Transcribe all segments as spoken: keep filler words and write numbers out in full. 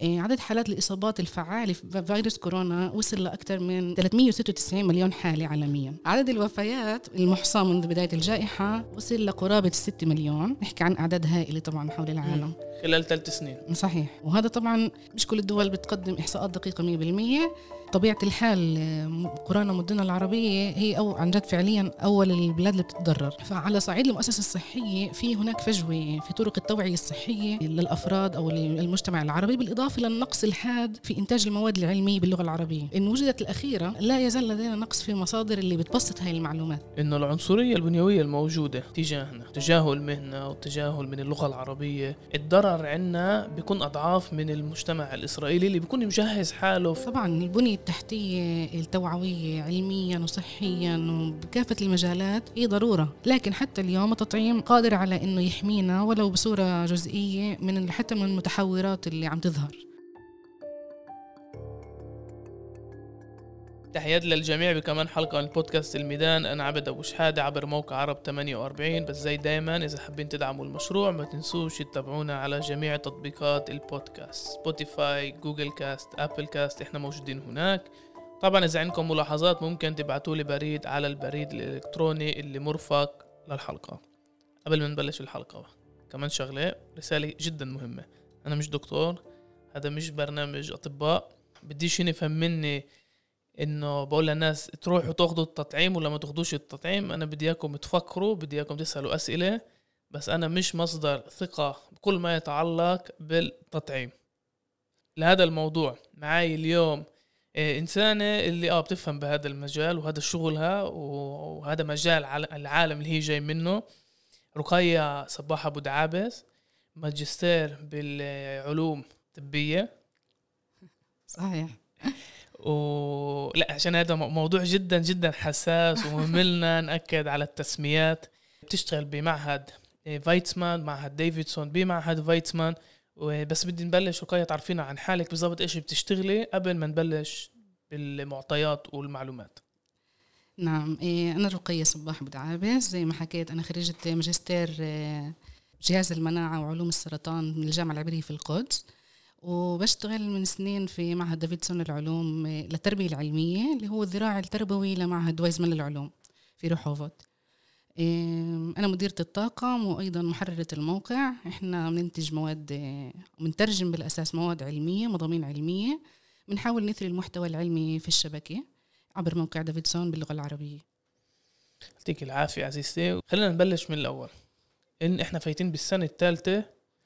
عدد حالات الإصابات الفعالة في فيروس كورونا وصل لأكثر من ثلاثمئة وستة وتسعين مليون حالة عالميا. عدد الوفيات المحصى منذ بداية الجائحة وصل لقرابة ستة مليون. نحكي عن أعداد هائلة طبعا حول العالم خلال ثلاث سنين. صحيح. وهذا طبعا مش كل الدول بتقدم إحصاءات دقيقة مية بالمية. طبيعة الحال كورونا مدننا العربية هي أو عن جد فعليا أول البلاد اللي بتتضرر. فعلى صعيد المؤسسة الصحية في هناك فجوة في طرق التوعية الصحية للأفراد أو المجتمع العربي، بالإضافة للنقص الحاد في إنتاج المواد العلمية باللغة العربية. إن وجدت الأخيرة لا يزال لدينا نقص في المصادر اللي بتبسط هاي المعلومات. إنه العنصرية البنيوية الموجودة تجاهنا، تجاهل المهنة وتجاهل من اللغة العربية، الضرر عنا بيكون أضعاف من المجتمع الإسرائيلي اللي بيكون مجهز حاله. طبعا البنية التحتية التوعوية علميا وصحيا وبكافة المجالات هي ضرورة، لكن حتى اليوم التطعيم قادر على إنه يحمينا ولو بصورة جزئية من حتى من المتحورات اللي عم تظهر. تحيات للجميع بكمان حلقة من البودكاست الميدان. أنا عبد أبو شحادة عبر موقع عرب ثمانية وأربعين. بس زي دايما إذا حابين تدعموا المشروع ما تنسوش تتابعونا على جميع تطبيقات البودكاست، سبوتيفاي، جوجل كاست، أبل كاست، إحنا موجودين هناك. طبعا إذا عندكم ملاحظات ممكن تبعتوا لي بريد على البريد الإلكتروني اللي مرفق للحلقة. قبل ما نبلش الحلقة كمان شغلة رسالة جدا مهمة. أنا مش دكتور، هذا مش برنامج أطباء، بديش نفهم مني إنه بقول للناس تروحوا تاخدوا التطعيم ولا ما تاخدوش التطعيم. أنا بدي إياكم تفكروا، بدي إياكم تسألوا أسئلة، بس أنا مش مصدر ثقة بكل ما يتعلق بالتطعيم. لهذا الموضوع معاي اليوم إنسانة اللي آه بتفهم بهذا المجال وهذا شغلها وهذا مجال العالم اللي هي جاي منه. رقية صباح أبو دعابس، ماجستير بالعلوم الطبية. صحيح. ولا عشان هذا موضوع جدا جدا حساس ومهملنا نأكد على التسميات. بتشتغل بمعهد فيتسمان، معهد ديفيدسون بمعهد فيتسمان. بس بدي نبلش رقية تعرفينا عن حالك بالضبط، إيش بتشتغلي قبل ما نبلش بالمعطيات والمعلومات. نعم، أنا رقية صباح أبو دعابس زي ما حكيت. أنا خريجة ماجستير جهاز المناعة وعلوم السرطان من الجامعة العبرية في القدس، وبشتغل من سنين في معهد ديفيدسون للعلوم للتربية العلمية اللي هو الذراع التربوي لمعهد ويزمان للعلوم في رحوفت. أنا مديرة الطاقم وأيضا محررة الموقع. إحنا بننتج مواد، بنترجم بالأساس مواد علمية، مضامين علمية، بنحاول نثري المحتوى العلمي في الشبكة عبر موقع ديفيدسون باللغة العربية. يعطيك العافية عزيزتي. خلينا نبلش من الأول. إن إحنا فايتين بالسنة الثالثة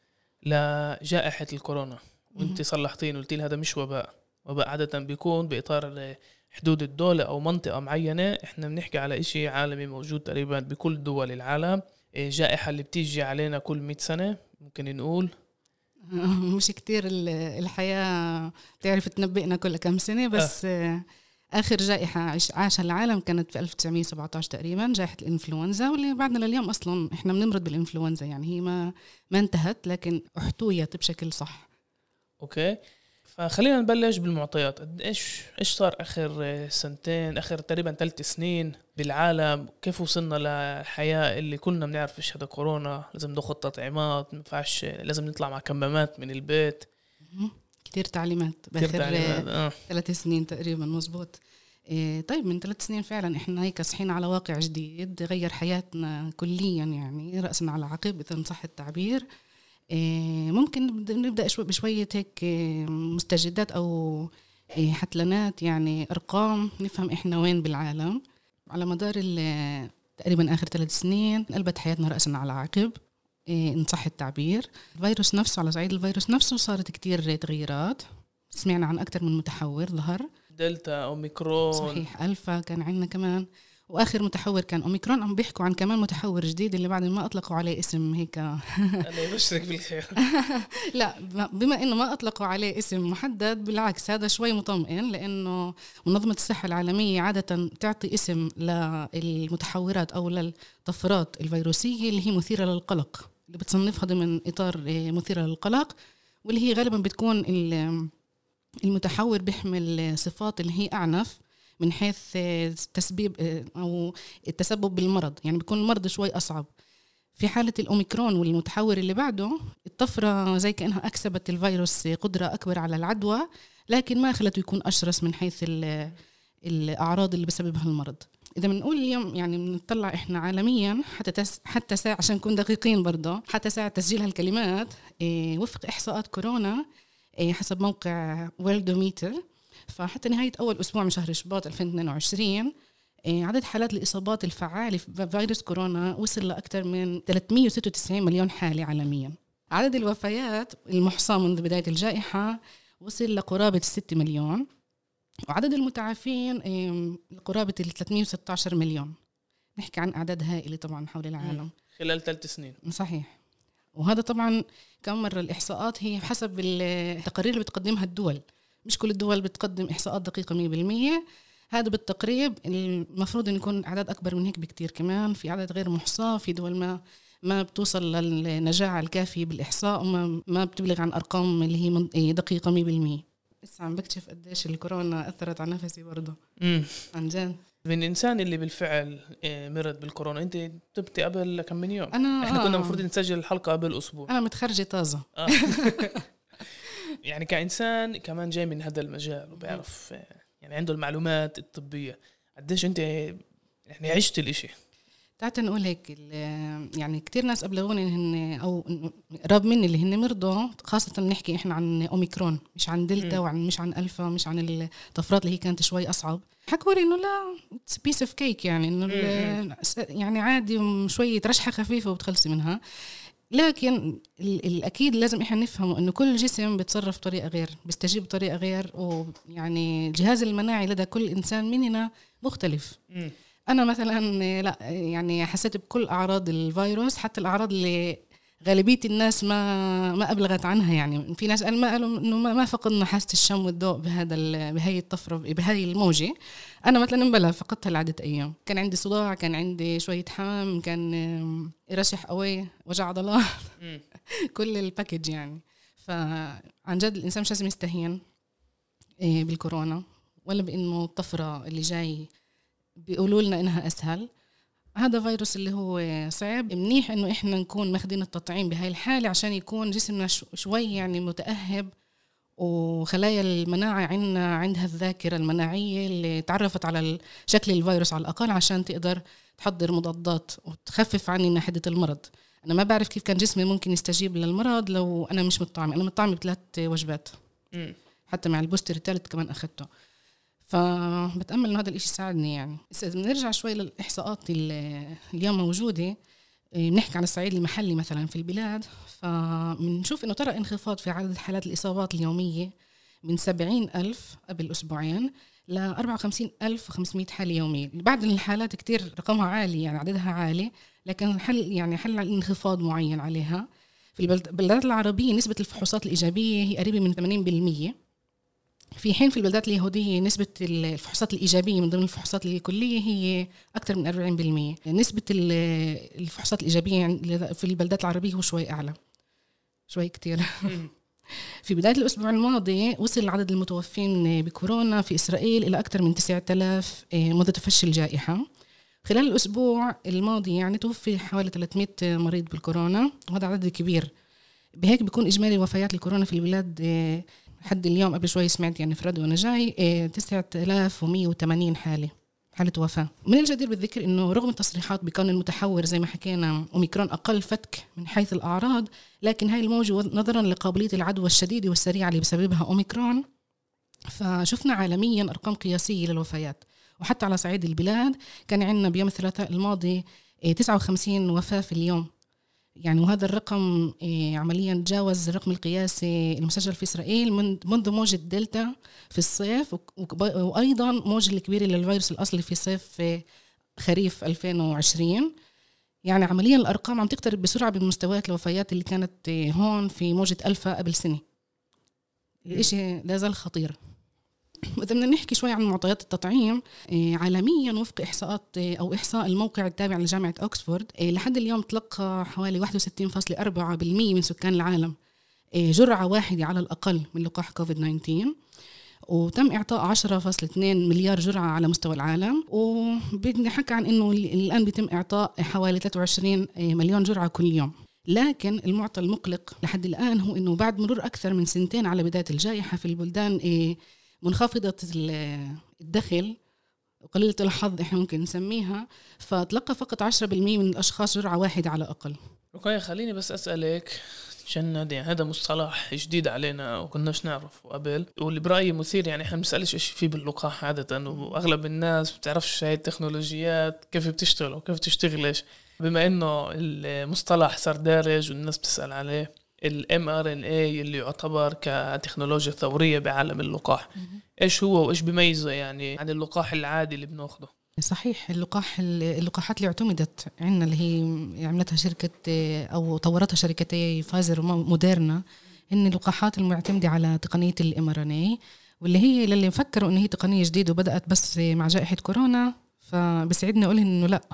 لجائحة الكورونا، وانت صلحتين وقلتي هذا مش وباء. وباء عادة بيكون بإطار حدود الدولة أو منطقة معينة. إحنا بنحكي على إشي عالمي موجود تقريبا بكل دول العالم. جائحة اللي بتيجي علينا كل مئة سنة ممكن نقول. مش كتير الحياة تعرف تنبئنا كل كم سنة، بس أه. آخر جائحة عاشها العالم كانت في ألف وتسعمية وسبعة عشر تقريبا، جائحة الإنفلونزا، واللي بعدنا لليوم أصلا إحنا بنمرض بالإنفلونزا. يعني هي ما ما انتهت لكن احتويت بشكل صح. أوكي، فخلينا نبلش بالمعطيات. إيش إيش صار آخر سنتين، آخر تقريبا ثلاث سنين بالعالم؟ كيف وصلنا للحياة اللي كلنا بنعرف إيش هذا كورونا؟ لازم ناخد تطعيمات، ما ينفعش، لازم نطلع مع كمامات من البيت. كتير تعليمات بآخر آه. ثلاث سنين تقريبا. مزبوط. إيه طيب من ثلاث سنين فعلا إحنا هيك صحينا على واقع جديد غير حياتنا كليا، يعني رأسنا على عقب إذا صح التعبير. إيه ممكن نبدأ شوي بشوية هيك مستجدات أو إيه حتلنات، يعني أرقام نفهم إحنا وين بالعالم. على مدار تقريبا آخر ثلاث سنين قلبت حياتنا رأسنا على عقب، إيه إن صح التعبير. الفيروس نفسه، على صعيد الفيروس نفسه صارت كتير تغييرات. سمعنا عن أكتر من متحور ظهر، دلتا، أوميكرون، صحيح، ألفا كان عندنا كمان، وآخر متحور كان أوميكرون. عم بيحكوا عن كمان متحور جديد اللي بعد ما أطلقوا عليه اسم هيك الله يبشرك بالخير. لا، بما إنه ما أطلقوا عليه اسم محدد، بالعكس هذا شوي مطمئن، لأنه منظمة الصحة العالمية عادة تعطي اسم للمتحورات أو للطفرات الفيروسية اللي هي مثيرة للقلق، اللي بتصنفها ضمن إطار مثيرة للقلق، واللي هي غالبا بتكون المتحور بيحمل صفات اللي هي أعنف من حيث تسبيب أو التسبب بالمرض، يعني بيكون المرض شوي أصعب. في حالة الأوميكرون والمتحور اللي بعده الطفرة زي كأنها أكسبت الفيروس قدرة أكبر على العدوى، لكن ما خلته يكون أشرس من حيث الأعراض اللي بسببها المرض. إذا بنقول اليوم يعني بنطلع إحنا عالميا حتى تس حتى ساعة عشان نكون دقيقين برضه حتى ساعة تسجيل هالكلمات إيه وفق إحصاءات كورونا إيه حسب موقع وورلدوميتر، فحتى نهاية أول أسبوع من شهر شباط ألفين واثنين وعشرين إيه عدد حالات الإصابات الفعالة في فيروس كورونا وصل لأكثر من ثلاثمية وستة وتسعين مليون حالة عالميا. عدد الوفيات المحصى منذ بداية الجائحة وصل لقرابة ستة مليون، وعدد المتعافين قرابة ثلاثمية وستة عشر مليون. نحكي عن أعداد هائلة طبعا حول العالم خلال ثلاث سنين. صحيح. وهذا طبعا كم مرة الإحصاءات هي حسب التقارير اللي بتقدمها الدول، مش كل الدول بتقدم إحصاءات دقيقة مية بالمية. هذا بالتقريب المفروض أن يكون أعداد أكبر من هيك بكتير، كمان في عدد غير محصى، في دول ما ما بتوصل للنجاعة الكافية بالإحصاء وما ما بتبلغ عن أرقام اللي هي دقيقة مية بالمية. لسه عم بكتشف قديش الكورونا أثرت على نفسي برضه عن جد. من الإنسان اللي بالفعل مرض بالكورونا، أنت تبتي قبل كم من يوم؟ أنا إحنا آه. كنا مفروض نسجل الحلقة قبل أسبوع. أنا متخرجة طازة آه. يعني كإنسان كمان جاي من هذا المجال وبيعرف يعني عنده المعلومات الطبية، قديش أنت يعني عشت الإشي؟ تعال نقول هيك، يعني كتير ناس أبلغوني إن أو قراب مني اللي هن مرضوا، خاصة نحكي إحنا عن أوميكرون مش عن دلتا وعن مش عن ألفا مش عن الطفرات اللي هي كانت شوي أصعب. حكوا لي إنه لا it's a piece of cake، يعني إنه يعني عادي شوية رشحة خفيفة وبتخلصي منها. لكن الأكيد لازم إحنا نفهمه إنه كل جسم بيتصرف بطريقة غير، بيستجيب بطريقة غير، ويعني الجهاز المناعي لدى كل إنسان مننا مختلف. م. أنا مثلا لا يعني حسيت بكل أعراض الفيروس، حتى الأعراض اللي غالبية الناس ما ما أبلغت عنها. يعني في ناس قال ما قالوا إنه ما, ما فقدنا حاسة الشم والذوق بهذا بهاي الطفرة بهاي الموجة. أنا مثلا مبلا فقدتها لعدة أيام، كان عندي صداع، كان عندي شوية حمام، كان رشح قوي، وجع عضلات كل الباكج يعني. فعن جد الإنسان مش لازم يستهين بالكورونا ولا بإنه الطفرة اللي جاي بيقولوا لنا إنها أسهل. هذا فيروس اللي هو صعب، منيح إنه إحنا نكون ماخدين التطعيم بهاي الحالة عشان يكون جسمنا شوي يعني متأهب، وخلايا المناعة عندنا عندها الذاكرة المناعية اللي تعرفت على شكل الفيروس على الأقل عشان تقدر تحضر مضادات وتخفف عني حدة المرض. أنا ما بعرف كيف كان جسمي ممكن يستجيب للمرض لو أنا مش مطعمة. أنا مطعمة بثلاث وجبات م. حتى مع البوستر الثالث كمان أخذته، فبتأمل إنه هذا الإشي ساعدني. يعني إذا بنرجع شوي للإحصاءات اللي اليوم موجودة، بنحكي عن الصعيد المحلي مثلا في البلاد، فبنشوف إنه ترى انخفاض في عدد حالات الإصابات اليومية من سبعين ألف قبل أسبوعين ل أربعة وخمسين ألف وخمسمية حالة يومية. بعد الحالات كتير رقمها عالي، يعني عددها عالي، لكن حل يعني حل انخفاض معين عليها. في البلدات العربية نسبة الفحوصات الإيجابية هي قريبة من ثمانين بالمية، في حين في البلدات اليهودية نسبة الفحوصات الإيجابية من ضمن الفحوصات الكلية هي أكثر من أربعين بالمية. نسبة الفحوصات الإيجابية في البلدات العربية هو شوي أعلى، شوي كتير. في بداية الأسبوع الماضي وصل عدد المتوفين بكورونا في إسرائيل إلى أكثر من تسعة آلاف منذ تفشي الجائحة. خلال الأسبوع الماضي يعني توفي حوالي ثلاثمية مريض بالكورونا، وهذا عدد كبير. بهيك بيكون إجمالي وفيات الكورونا في البلاد حد اليوم قبل شوي سمعت يعني فرد وأنا جاي تسعة آلاف ومية وثمانين حالة حالة وفاة. من الجدير بالذكر إنه رغم التصريحات بكون المتحور زي ما حكينا أوميكرون أقل فتك من حيث الأعراض، لكن هاي الموجة نظرا لقابلية العدوى الشديدة والسريعة اللي بسببها أوميكرون، فشفنا عالميا أرقام قياسية للوفيات. وحتى على صعيد البلاد كان عندنا بيوم الثلاثاء الماضي تسعة وخمسين وفاة في اليوم، يعني وهذا الرقم عمليا تجاوز الرقم القياسي المسجل في إسرائيل منذ موجة دلتا في الصيف، وأيضا موجة الكبيرة للفيروس الأصلي في صيف خريف ألفين وعشرين. يعني عمليا الأرقام عم تقترب بسرعة بمستويات الوفيات اللي كانت هون في موجة ألفا قبل سنة. الإشي لا زال خطير. وإذا بدنا نحكي شوي عن معطيات التطعيم عالميا، وفق إحصاءات أو إحصاء الموقع التابع لجامعة أكسفورد، لحد اليوم تلقى حوالي واحد وستين فاصلة أربعة بالمية من سكان العالم جرعة واحدة على الأقل من لقاح كوفيد تسعة عشر. وتم إعطاء عشرة فاصلة اثنين مليار جرعة على مستوى العالم، وبدنا حكي عن إنه الآن بيتم إعطاء حوالي ثلاثة وعشرين مليون جرعة كل يوم. لكن المعطى المقلق لحد الآن هو إنه بعد مرور أكثر من سنتين على بداية الجائحة في البلدان منخفضة الدخل وقليلة الحظ إحنا ممكن نسميها، فتلقى فقط عشرة بالمئة من الأشخاص جرعة واحدة على أقل. اوكي، خليني بس أسألك، عشان هذا مصطلح جديد علينا وكناش نعرفه قبل، واللي برأيي مثير. يعني احنا بنسألش ايش فيه باللقاح عادة، واغلب الناس بتعرفش هاي التكنولوجيات كيف بتشتغل وكيف تشتغلش. بما انه المصطلح صار دارج والناس بتسأل عليه، ال إم آر إن إيه اللي يعتبر كتكنولوجيا ثورية بعالم اللقاح، ايش هو وايش بيميزه يعني عن اللقاح العادي اللي بناخده؟ صحيح، اللقاح اللقاحات اللي اعتمدت عندنا اللي هي عملتها شركة أو طورتها شركتي فايزر وموديرنا، إن اللقاحات المعتمدة على تقنية الإم آر إن إيه، واللي هي للي مفكروا إن هي تقنية جديدة وبدأت بس مع جائحة كورونا. فبسعدنا أقول إنه لأ،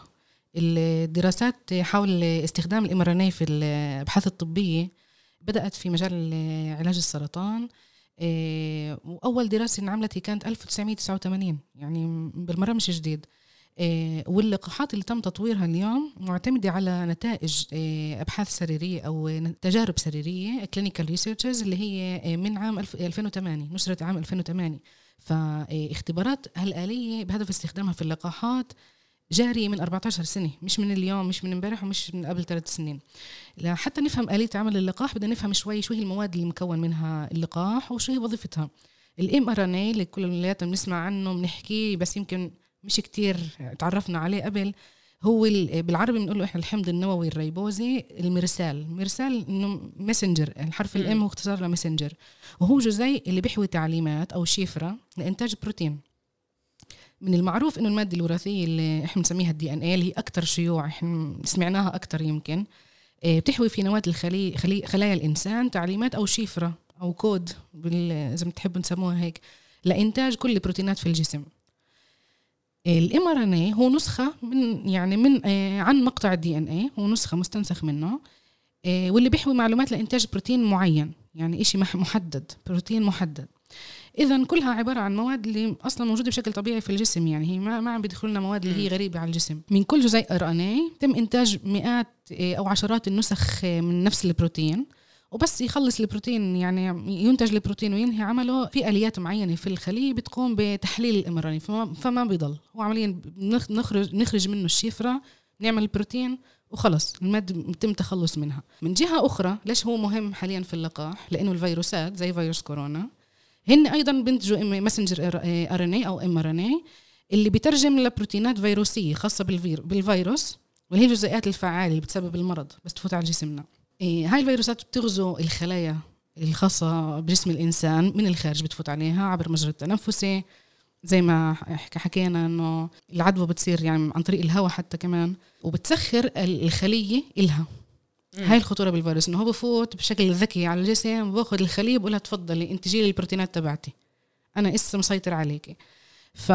الدراسات حول استخدام الإم آر إن إيه في الأبحاث الطبية بدأت في مجال علاج السرطان، إيه، وأول دراسة انعملت هي كانت ألف وتسعمائة وتسعة وثمانين، يعني بالمرة مش جديد. إيه، واللقاحات اللي تم تطويرها اليوم معتمدة على نتائج إيه أبحاث سريرية أو تجارب سريرية clinical researches اللي هي من عام ألفين وثمانية، نشرت عام ألفين وثمانية. فاختبارات هالآلية بهدف استخدامها في اللقاحات جاري من أربعة عشر سنة، مش من اليوم، مش من امبارح، ومش من قبل ثلاث سنين. لحتى نفهم آلية عمل اللقاح بدنا نفهم شوي شو هي المواد اللي مكون منها اللقاح وشو هي وظيفتها. الام ار ان اي اللي كلنا بنسمع عنه بنحكيه بس يمكن مش كتير تعرفنا عليه قبل، هو بالعربي بنقول له احنا الحمض النووي الريبوزي المرسال. مرسال انه ماسنجر، الحرف الام هو اختصار لماسنجر، وهو جزيء اللي بيحوي تعليمات او شفرة لإنتاج بروتين. من المعروف انه الماده الوراثيه اللي احنا بنسميها الدي ان اي اللي هي اكثر شيوع احنا سمعناها اكثر يمكن، بتحوي في نواه الخلي خلي خلايا الانسان تعليمات او شفره او كود اذا بتحبوا نسموها هيك لانتاج كل البروتينات في الجسم. الام ار ان اي هو نسخه من يعني من عن مقطع الدي ان اي، هو نسخه مستنسخ منه، واللي بيحوي معلومات لانتاج بروتين معين، يعني إشي محدد، بروتين محدد. إذن كلها عبارة عن مواد اللي أصلا موجودة بشكل طبيعي في الجسم، يعني هي ما ما عم بيدخلنا مواد اللي هي غريبة على الجسم. من كل جزيء ار ان اي تم إنتاج مئات أو عشرات النسخ من نفس البروتين، وبس يخلص البروتين يعني ينتج البروتين وينهي عمله في آليات معينة في الخلية بتقوم بتحليل الام ار ان اي، فما, فما بيضل هو عمليا نخرج نخرج منه الشفرة، نعمل البروتين وخلص المادة بيتم التخلص منها. من جهة أخرى ليش هو مهم حاليا في اللقاح؟ لأنه الفيروسات زي فيروس كورونا هن أيضا بينتجوا ماسنجر ار ان اي أو ام ار ان اي اللي بيترجم لبروتينات فيروسية خاصة بالفيروس، واللي هي الجزيئات الفعالة اللي بتسبب المرض بس تفوت على جسمنا. هاي الفيروسات بتغزو الخلايا الخاصة بجسم الإنسان من الخارج، بتفوت عليها عبر مجرى التنفسي، زي ما حكينا إنه العدوى بتصير يعني عن طريق الهواء حتى كمان، وبتسخر الخلية إلها. هاي الخطورة بالفيروس، إنه هو بفوت بشكل ذكي على الجسم، باخذ الخلية بقولها تفضلي أنت جيلي البروتينات تبعتي، أنا إسا مسيطر عليكي. ف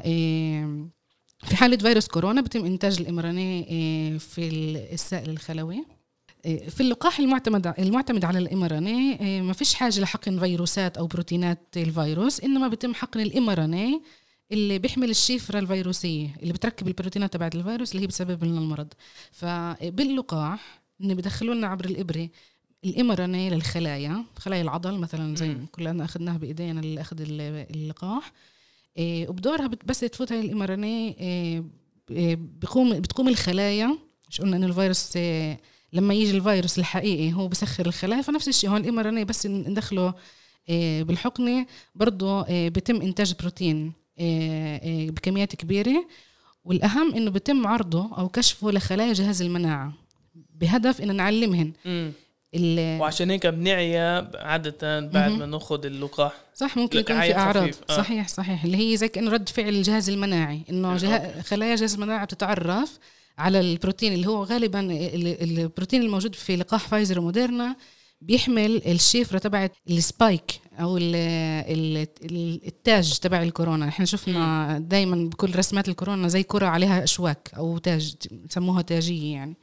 في حالة فيروس كورونا بتم إنتاج الام ار ان اي في السائل الخلوي. في اللقاح المعتمد المعتمد على الام ار ان اي ما فيش حاجة لحقن فيروسات أو بروتينات الفيروس، إنما بتم حقن الام ار ان اي اللي بيحمل الشفرة الفيروسية اللي بتركب البروتينات تبعت الفيروس اللي هي بتسبب لنا المرض. فباللقاح إن بدخلوا لنا عبر الإبرة الام ار ان اي للخلايا، خلايا العضل مثلا زي كلنا أخذناها بإيدينا اللي أخذ اللقاح، إيه وبدورها بس تفوت هاي الام ار ان اي بيقوم بتقوم الخلايا. مش قلنا إنه الفيروس إيه لما يجي الفيروس الحقيقي هو بسخر الخلايا، فنفس الشيء هون الام ار ان اي بس ندخله إيه بالحقنة برضو إيه بتم إنتاج بروتين إيه إيه بكميات كبيرة، والأهم إنه بتم عرضه أو كشفه لخلايا جهاز المناعة بهدف إن نعلمهن. وعشان هيك بنعيا عادة بعد ما ناخد اللقاح، صح، ممكن يكون في أعراض. آه. صحيح صحيح اللي هي زي كأنه رد فعل الجهاز المناعي، إنه جه... خلايا جهاز المناعة بتتعرف على البروتين اللي هو غالبا البروتين الموجود في لقاح فايزر وموديرنا بيحمل الشفرة تبعت السبايك أو ال ال التاج تبع الكورونا. احنا شفنا دايما بكل رسمات الكورونا زي كرة عليها أشواك أو تاج، سموها تاجية يعني.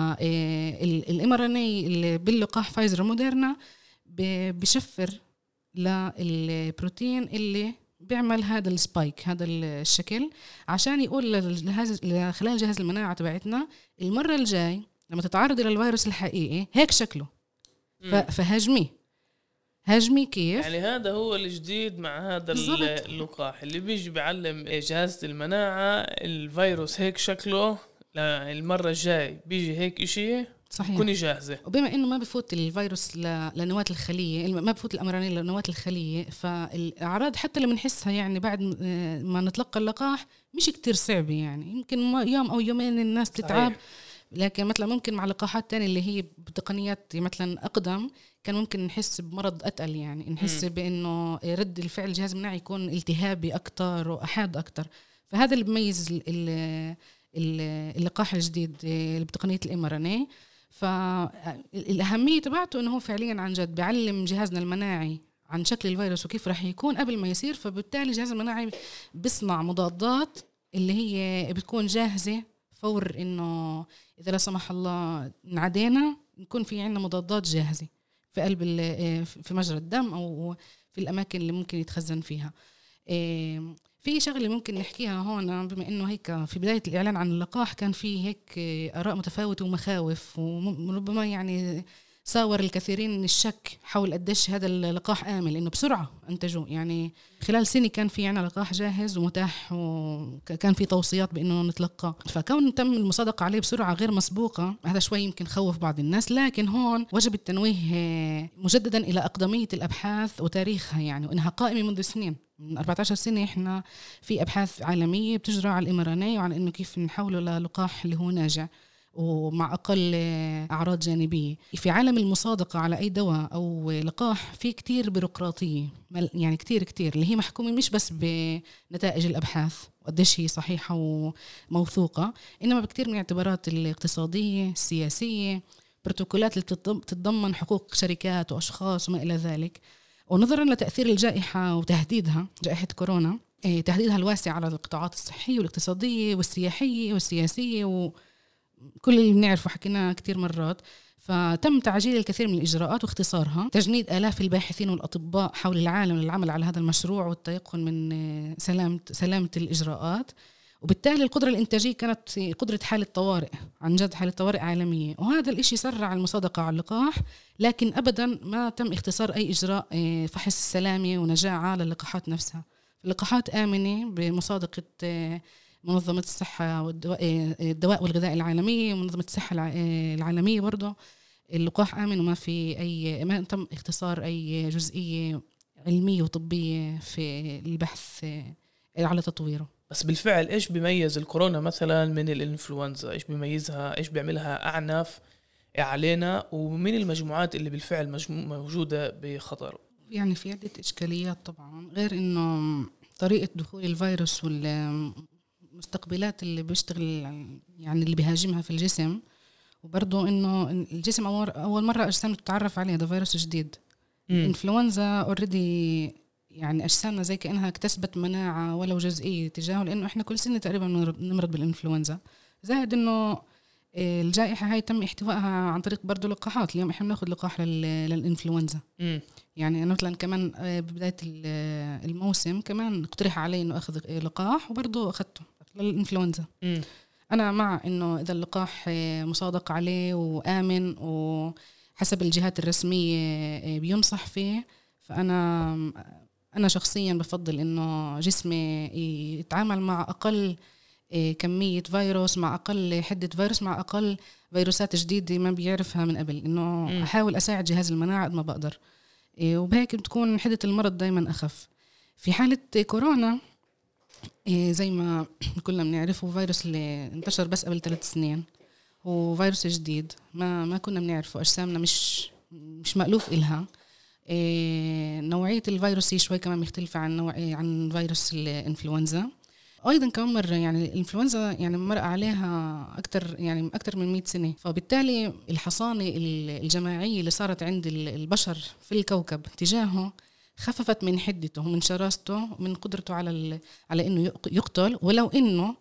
فالام ار ان اي اللي باللقاح فايزر وموديرنا بشفر للبروتين اللي بيعمل هذا السبايك، هذا الشكل، عشان يقول لخلايا الجهاز المناعة تبعتنا المرة الجاي لما تتعرض إلى الفيروس الحقيقي هيك شكله، فهاجمي هاجمي كيف. يعني هذا هو الجديد مع هذا بالزبط. اللقاح اللي بيجي بيعلم جهاز المناعة الفيروس هيك شكله، المرة الجاي بيجي هيك إشي صحيح كوني جاهزة. وبما إنه ما بفوت الفيروس لنواة الخلية، ما بفوت الأمرانية لنواة الخلية، فالأعراض حتى اللي بنحسها يعني بعد ما نتلقى اللقاح مش كتير صعبة، يعني يمكن يوم أو يومين الناس تتعب. لكن مثلا ممكن مع لقاحات تانية اللي هي بتقنيات مثلا أقدم كان ممكن نحس بمرض أتقل، يعني نحس م. بأنه رد الفعل الجهاز المناعي يكون التهابي أكتر وأحاد أكتر. فهذا اللي بميز اللقاح الجديد اللي بتقنية الام ار ان اي. فالأهمية تبعته أنه هو فعليا عن جد بيعلم جهازنا المناعي عن شكل الفيروس وكيف رح يكون قبل ما يصير، فبالتالي الجهاز المناعي بيصنع مضادات اللي هي بتكون جاهزة فور إنه إذا لا سمح الله انعدينا نكون في عنا مضادات جاهزة في قلب في مجرى الدم أو في الأماكن اللي ممكن يتخزن فيها. في شغلة ممكن نحكيها هون، بما إنه هيك في بداية الإعلان عن اللقاح كان في هيك آراء متفاوتة ومخاوف، وربما يعني ساور الكثيرين الشك حول قديش هذا اللقاح آمن، لأنه بسرعة أنتجوا، يعني خلال سنة كان في عنا لقاح جاهز ومتاح وكان في توصيات بأنه نتلقى، فكون تم المصادقة عليه بسرعة غير مسبوقة هذا شوي يمكن خوف بعض الناس. لكن هون وجب التنويه مجددا إلى أقدمية الأبحاث وتاريخها، يعني وإنها قائمة منذ سنين، من أربعة عشر سنة إحنا في أبحاث عالمية بتجرى على الإمرانية وعن إنه كيف نحوله للقاح اللي هو ناجع ومع أقل أعراض جانبية. في عالم المصادقة على أي دواء أو لقاح في كتير بيروقراطية، يعني كتير كتير اللي هي محكومة مش بس بنتائج الأبحاث وقديش هي صحيحة وموثوقة، إنما بكتير من الاعتبارات الاقتصادية السياسية، بروتوكولات اللي بتتضمن حقوق شركات وأشخاص وما إلى ذلك. ونظرا لتأثير الجائحة وتهديدها، جائحة كورونا تهديدها الواسع على القطاعات الصحية والاقتصادية والسياحية والسياسية وكل اللي بنعرفه حكينا كتير مرات، فتم تعجيل الكثير من الإجراءات واختصارها، تجنيد آلاف الباحثين والأطباء حول العالم للعمل على هذا المشروع والتيقن من سلامة, سلامة الإجراءات. وبالتالي القدرة الإنتاجية كانت قدرة حالة طوارئ، عن جد حالة طوارئ عالمية، وهذا الإشي سرع المصادقة على اللقاح. لكن أبدا ما تم اختصار أي إجراء فحص السلامة ونجاعة للقاحات نفسها. اللقاحات آمنة بمصادقة منظمة الصحة والدواء والغذاء العالمية ومنظمة الصحة العالمية برضو. اللقاح آمن وما في أي ما تم اختصار أي جزئية علمية وطبية في البحث على تطويره. بس بالفعل إيش بيميز الكورونا مثلا من الإنفلونزا؟ إيش بيميزها؟ إيش بيعملها أعنف علينا؟ ومن المجموعات اللي بالفعل موجودة بخطر؟ يعني في عدة إشكاليات طبعا، غير إنه طريقة دخول الفيروس والمستقبلات اللي بيشتغل يعني اللي بيهاجمها في الجسم، وبرضو إنه الجسم أول مرة أجسام تتعرف عليه، ده فيروس جديد. الإنفلونزا أوريدي يعني أجسامنا زي كأنها اكتسبت مناعة ولو جزئية تجاهه، لأنه إحنا كل سنة تقريبا نمرض بالإنفلونزا. زائد إنه الجائحة هاي تم احتوائها عن طريق برضو لقاحات. اليوم إحنا بناخد لقاح للإنفلونزا. م. يعني أنا مثلا كمان ببداية الموسم كمان اقترح علي إنه أخذ لقاح وبرضو أخذته للإنفلونزا. م. أنا مع إنه إذا اللقاح مصادق عليه وآمن وحسب الجهات الرسمية بينصح فيه، فأنا أنا شخصيا بفضل إنه جسمي يتعامل مع أقل كمية فيروس، مع أقل حدة فيروس، مع أقل فيروسات جديدة ما بيعرفها من قبل، إنه م. أحاول أساعد جهاز المناعة قد ما بقدر، وبهيك بتكون حدة المرض دايما أخف. في حالة كورونا زي ما كلنا بنعرفه فيروس اللي انتشر بس قبل ثلاث سنين، هو فيروس جديد ما ما كنا بنعرفه، أجسامنا مش مش مألوف إلها. نوعية الفيروس شوي كمان مختلفة عن نوع عن فيروس الإنفلونزا. أيضا كمان مرة يعني الإنفلونزا يعني مرق عليها أكتر يعني أكتر من مئة سنة، فبالتالي الحصانة الجماعية اللي صارت عند البشر في الكوكب تجاهه خففت من حدته ومن شراسته ومن قدرته على على إنه يقتل، ولو إنه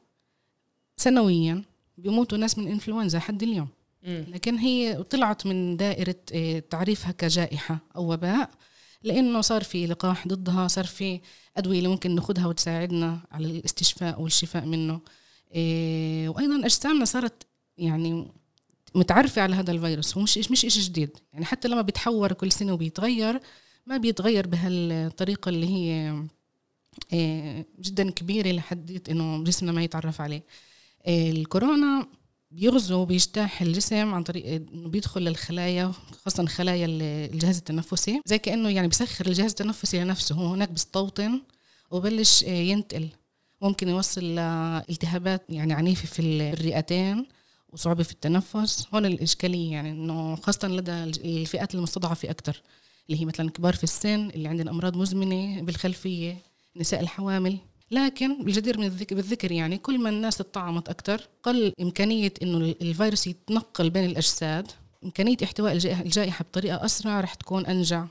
سنويا بيموتوا ناس من الإنفلونزا حد اليوم. لكن هي طلعت من دائرة تعريفها كجائحة أو وباء لأنه صار في لقاح ضدها، صار في أدوية اللي ممكن ناخدها وتساعدنا على الاستشفاء والشفاء منه. إيه وأيضا أجسامنا صارت يعني متعرفة على هذا الفيروس، ومش مش إشي جديد يعني. حتى لما بيتحور كل سنة وبيتغير ما بيتغير بهالطريقة اللي هي إيه جدا كبيرة لحد إنه جسمنا ما يتعرف عليه. إيه الكورونا بيغزو وبيجتاح الجسم عن طريق إنه بيدخل للخلايا، خاصة خلايا الجهاز التنفسي، زي كأنه يعني بيسخر الجهاز التنفسي لنفسه. هو هناك بيستوطن وبلش ينتقل، ممكن يوصل لالتهابات يعني عنيفة في الرئتين وصعوبة في التنفس. هون الإشكالية يعني إنه خاصة لدى الفئات المستضعفة أكتر، اللي هي مثلا كبار في السن، اللي عندنا أمراض مزمنة بالخلفية، نساء الحوامل. لكن بالجدير من الذكر بالذكر يعني كل ما الناس تطعمت أكتر، قل إمكانية إنه الفيروس يتنقل بين الأجساد. إمكانية احتواء الجائحة بطريقة أسرع رح تكون أنجع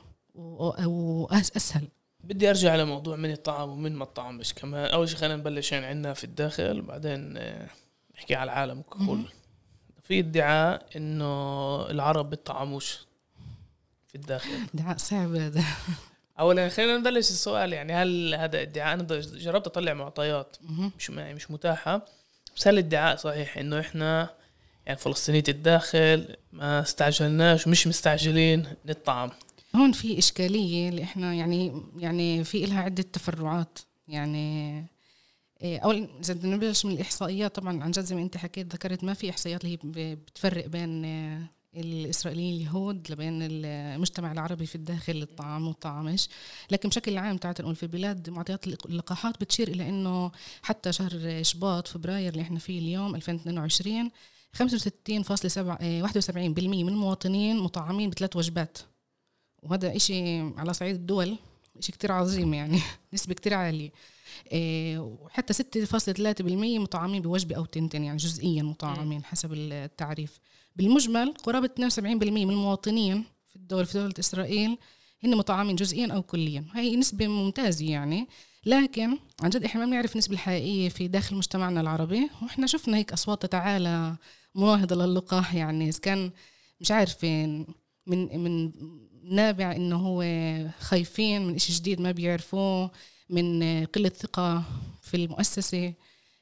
وأسهل. بدي أرجع على موضوع من الطعام ومن ما الطعمش كمان. أول شيء خلينا نبلش يعني عندنا في الداخل، وبعدين نحكي على العالم ككل. في ادعاء إنه العرب بيطعموش في الداخل. ادعاء صعب هذا. اولا خلينا نبلش السؤال، يعني هل هذا ادعاء؟ انا جربت اطلع معطيات مش مش متاحه، بس هل الادعاء صحيح انه احنا يعني فلسطينية الداخل ما استعجلناش مش مستعجلين للطعام؟ هون في اشكاليه اللي احنا يعني يعني في لها عده تفرعات. يعني اول اذا بدنا نبلش من الاحصائيات، طبعا عن جد زي ما انت حكيت ذكرت ما في احصائيات اللي هي بتفرق بين الإسرائيليين اليهود لبين المجتمع العربي في الداخل للطعام والطعامش. لكن بشكل عام تعال نقول في البلاد معطيات اللقاحات بتشير إلى أنه حتى شهر شباط فبراير اللي احنا فيه اليوم ألفين واثنين وعشرين خمسة وستين فاصلة واحد وسبعين بالمية من المواطنين مطعمين بثلاث وجبات. وهذا إشي على صعيد الدول إشي كتير عظيم يعني نسبة كتير عالية. وحتى ستة فاصلة ثلاثة بالمية مطعمين بوجبة أو تنتين، يعني جزئيا مطعمين حسب التعريف. بالمجمل قرابة اثنين وسبعين بالمية من المواطنين في الدول في دولة إسرائيل هن مطعمين جزئيا أو كليا. هاي نسبة ممتازة يعني، لكن عن جد إحنا ما بنعرف النسبة الحقيقية في داخل مجتمعنا العربي. وإحنا شفنا هيك أصوات تتعالى مناهضة للقاح، يعني إذا كان مش عارفين من من نابع إنه هو خايفين من إشي جديد ما بيعرفوه، من قلة ثقة في المؤسسة،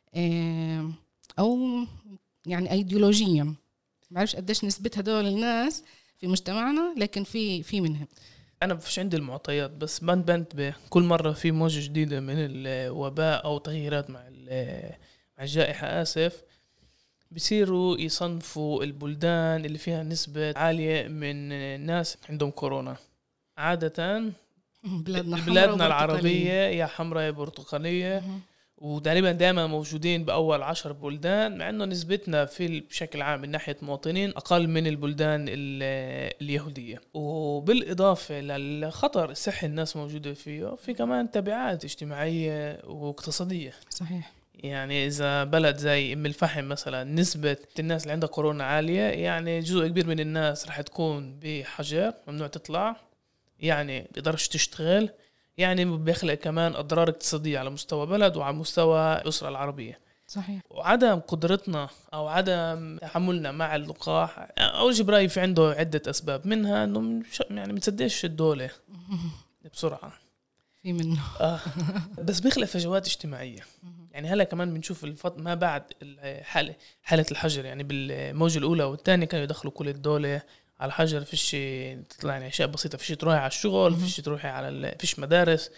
أو يعني أيديولوجيا. ما بعرفش قديش نسبة هدول الناس في مجتمعنا، لكن في في منهم. أنا بفش عندي المعطيات، بس بنت بنت بكل مرة في موجة جديدة من الوباء أو تغييرات مع مع الجائحة آسف، بيصيروا يصنفوا البلدان اللي فيها نسبة عالية من الناس عندهم كورونا. عادة بلادنا, بلادنا العربية يا حمراء يا برتقالية، وتقريبا دائما موجودين بأول عشر بلدان، مع أنه نسبتنا في بشكل عام من ناحية مواطنين أقل من البلدان اليهودية. وبالإضافة للخطر الصحي الناس موجودة فيه، في كمان تبعات اجتماعية واقتصادية. صحيح. يعني إذا بلد زي أم الفحم مثلا نسبة الناس اللي عندها كورونا عالية، يعني جزء كبير من الناس رح تكون بحجر ممنوع تطلع، يعني بيقدرش تشتغل، يعني بيخلق كمان أضرار اقتصادية على مستوى بلد وعلى مستوى الأسرة العربية. صحيح. وعدم قدرتنا أو عدم تحملنا مع اللقاح أو جبراي في عنده عدة أسباب، منها أنه يعني متصدقش الدولة بسرعة في منه آه. بس بيخلق فجوات اجتماعية. يعني هلا كمان بنشوف الفط ما بعد الحالة حالة الحجر، يعني بالموجة الأولى والثانية كانوا يدخلوا كل الدولة على الحجر، فيش تطلع يعني أشياء بسيطة، فيش تروحي على الشغل، فيش تروحي على فيش مدارس.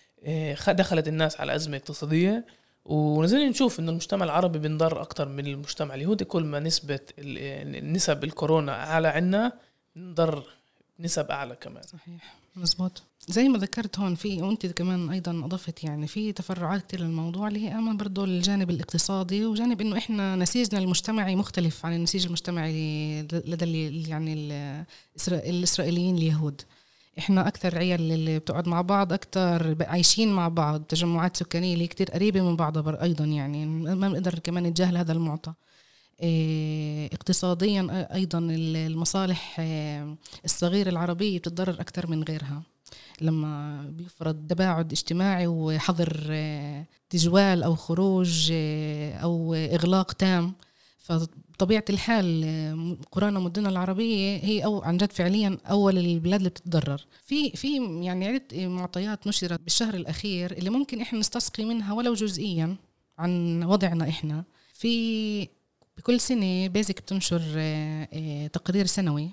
دخلت الناس على أزمة اقتصادية، ونزلنا نشوف إنه المجتمع العربي بنضر أكتر من المجتمع اليهودي. كل ما نسبة النسب الكورونا أعلى عنا نضر نسب أعلى كمان. صحيح مزبوط. زي ما ذكرت هون في، وانت كمان ايضا اضفت يعني في تفرعات كتير للموضوع، اللي هي اما برضو الجانب الاقتصادي، وجانب انه احنا نسيجنا المجتمعي مختلف عن النسيج المجتمعي لدى يعني الاسرائيليين اليهود. احنا اكثر عيال اللي بتقعد مع بعض، اكثر عايشين مع بعض، تجمعات سكانيه اللي كتير قريبه من بعضها ايضا، يعني ما بنقدر كمان نتجاهل هذا المعطى. اقتصاديا أيضا المصالح الصغيرة العربية بتتضرر أكثر من غيرها لما بيفرض تباعد اجتماعي وحظر تجوال أو خروج أو إغلاق تام. فطبيعة الحال قرانا ومدننا العربية هي أو عن جد فعليا أول البلاد اللي بتتضرر. في في يعني عدة معطيات نشرت بالشهر الأخير اللي ممكن إحنا نستسقي منها ولو جزئيا عن وضعنا إحنا. في بكل سنة بيزك بتنشر تقرير سنوي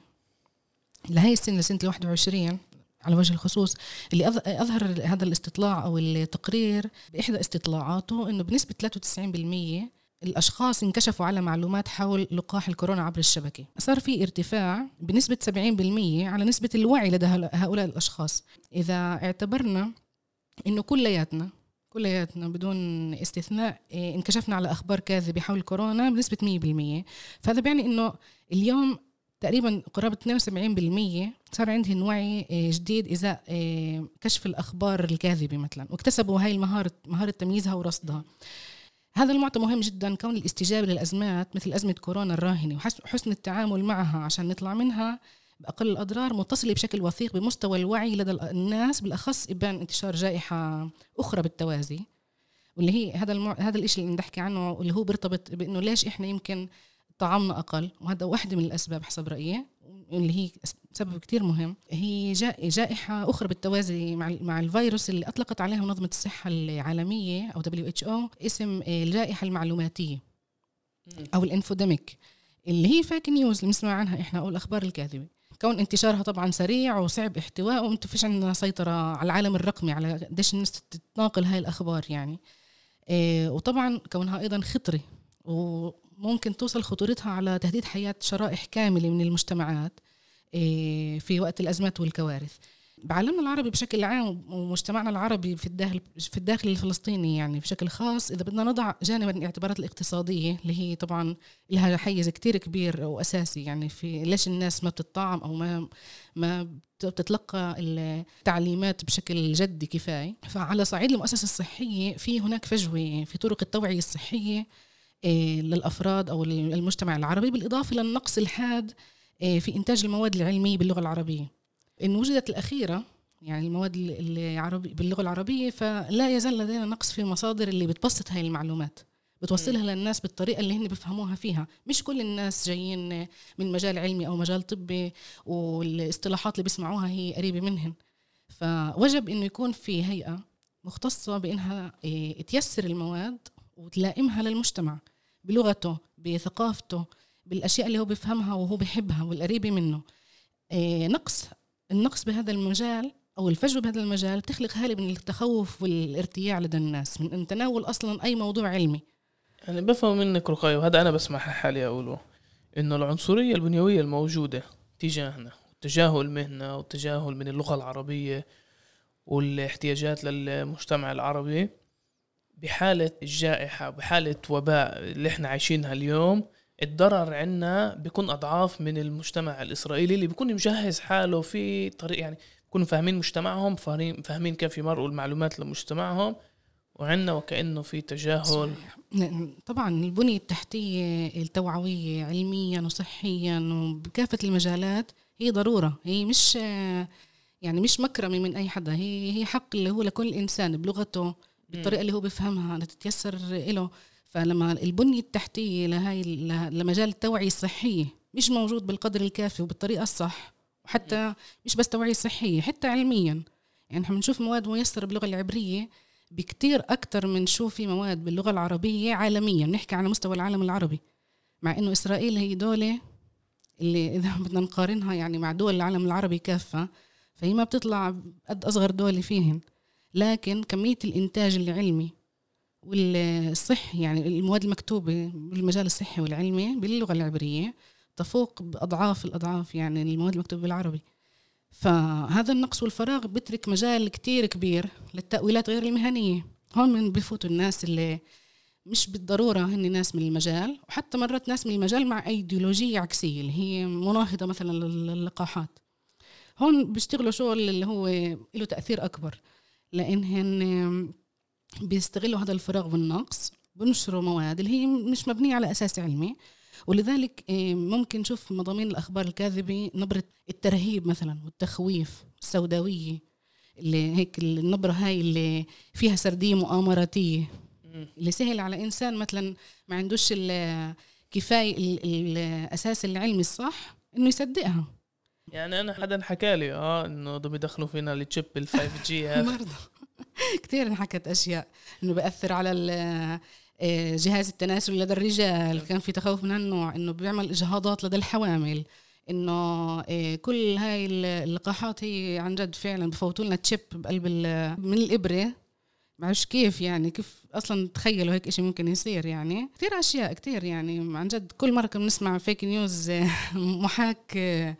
لهي السنة لسنة الواحد وعشرين على وجه الخصوص، اللي أظهر هذا الاستطلاع أو التقرير بإحدى استطلاعاته إنه بنسبة ثلاثة وتسعين بالمية الأشخاص انكشفوا على معلومات حول لقاح الكورونا عبر الشبكة. صار في ارتفاع بنسبة سبعين بالمية على نسبة الوعي لدى هؤلاء الأشخاص. إذا اعتبرنا إنه كلياتنا كلياتنا بدون استثناء انكشفنا على أخبار كاذبة حول كورونا بنسبة مية بالمية، فهذا بيعني إنه اليوم تقريبا قرابة اثنين وسبعين بالمية صار عندهم وعي جديد إذا كشف الأخبار الكاذبة مثلا، واكتسبوا هاي المهارة مهارة تمييزها ورصدها. هذا المعطى مهم جدا، كون الاستجابة للأزمات مثل أزمة كورونا الراهنة وحسن التعامل معها عشان نطلع منها بأقل الأضرار متصلة بشكل وثيق بمستوى الوعي لدى الناس، بالأخص إبان انتشار جائحة أخرى بالتوازي، واللي هي هذا المع... هذا الإشي اللي نحكي عنه اللي هو بيرتبط بأنه ليش إحنا يمكن طعامنا أقل، وهذا واحدة من الأسباب حسب رأيي اللي هي سبب كتير مهم. هي جائحة أخرى بالتوازي مع مع الفيروس اللي أطلقت عليها منظمة الصحة العالمية أو دبليو إتش أو اسم الجائحة المعلوماتية أو الإنفوديميك، اللي هي فاك نيوز اللي بنسمع عنها إحنا أو الأخبار الكاذبة. كون انتشارها طبعا سريع وصعب احتوائه وما فيش عندنا سيطرة على العالم الرقمي على قديش الناس تتناقل هاي الأخبار يعني. إيه وطبعا كونها أيضا خطرة وممكن توصل خطورتها على تهديد حياة شرائح كاملة من المجتمعات إيه في وقت الأزمات والكوارث. بعالمنا العربي بشكل عام ومجتمعنا العربي في الداخل في الداخل الفلسطيني يعني بشكل خاص، إذا بدنا نضع جانبا الاعتبارات الاقتصادية اللي هي طبعا لها حيز كتير كبير وأساسي يعني في ليش الناس ما بتطعم أو ما ما بتتلقى التعليمات بشكل جدي كفاية. فعلى صعيد المؤسسة الصحية في هناك فجوة في طرق التوعية الصحية للأفراد أو المجتمع العربي، بالإضافة للنقص الحاد في إنتاج المواد العلمية باللغة العربية. إن وجدت الأخيرة يعني المواد العربية باللغة العربية، فلا يزال لدينا نقص في المصادر اللي بتبسط هاي المعلومات بتوصلها للناس بالطريقة اللي هن بيفهموها فيها. مش كل الناس جايين من مجال علمي أو مجال طبي والاصطلاحات اللي بيسمعوها هي قريبة منهم، فوجب إنه يكون في هيئة مختصة بإنها تيسر المواد وتلائمها للمجتمع بلغته بثقافته بالأشياء اللي هو بيفهمها وهو بيحبها والقريبة منه. نقص النقص بهذا المجال أو الفجوة بهذا المجال تخلق هالة من التخوف والارتياع لدى الناس من تناول أصلا أي موضوع علمي. يعني بفهم منك رقية، وهذا أنا بسمعها حالي أقوله، إنه العنصرية البنيوية الموجودة تجاهنا وتجاهل مهنة وتجاهل من اللغة العربية والاحتياجات للمجتمع العربي بحالة الجائحة بحالة وباء اللي احنا عايشينها اليوم، الضرر عنا بيكون أضعاف من المجتمع الإسرائيلي اللي بيكون مجهز حاله في طريق، يعني بيكونوا فاهمين مجتمعهم فاهمين كيف يمرقوا المعلومات لمجتمعهم، وعنا وكأنه في تجاهل. طبعا البنية التحتية التوعوية علميا وصحيا وبكافة المجالات هي ضرورة، هي مش يعني مش مكرمة من أي حدا، هي هي حق اللي هو لكل إنسان بلغته بالطريقة اللي هو بيفهمها تتيسر له. فلما البنية التحتية لهاي لمجال التوعية الصحية مش موجود بالقدر الكافي وبالطريقة الصح، وحتى مش بس توعية صحية حتى علميا، يعني احنا بنشوف مواد ميسرة باللغة العبرية بكتير أكتر من نشوف في مواد باللغة العربية عالميا، نحكي على مستوى العالم العربي، مع إنه إسرائيل هي دولة اللي إذا بدنا نقارنها يعني مع دول العالم العربي كافة فهي ما بتطلع قد أصغر دولة فيهن، لكن كمية الإنتاج العلمي والصحي يعني المواد المكتوبة بالمجال الصحي والعلمي باللغة العبرية تفوق بأضعاف الأضعاف يعني المواد المكتوبة بالعربي. فهذا النقص والفراغ بترك مجال كتير كبير للتأويلات غير المهنية. هون من بفوتوا الناس اللي مش بالضرورة هن ناس من المجال، وحتى مرات ناس من المجال مع أيديولوجية عكسية اللي هي مناهضة مثلا للقاحات. هون بيشتغلوا شغل اللي هو له تأثير أكبر، لأنهن بيستغلوا هذا الفراغ والنقص بنشروا مواد اللي هي مش مبنية على أساس علمي، ولذلك ممكن نشوف مضامين الأخبار الكاذبة نبرة الترهيب مثلا والتخويف السوداوية، اللي هيك النبرة هاي اللي فيها سردية مؤامراتية اللي سهل على إنسان مثلا ما عندوش كفاية الأساس العلمي الصح إنه يصدقها. يعني أنا حدا حكى لي آه إنه بدهم يدخلوا فينا الشيب الفايف جي هذا كتير انحكت أشياء إنه بيأثر على جهاز التناسل لدى الرجال، كان في تخوف من هالنوع، إنه بيعمل إجهاضات لدى الحوامل، إنه كل هاي اللقاحات هي عن جد فعلا بفوتوا لنا تشيب بقلب من الإبرة. معرفش كيف يعني كيف أصلا تخيلوا هيك إشي ممكن يصير. يعني كتير أشياء كتير يعني عن جد كل مرة كنا نسمع فيك نيوز محاك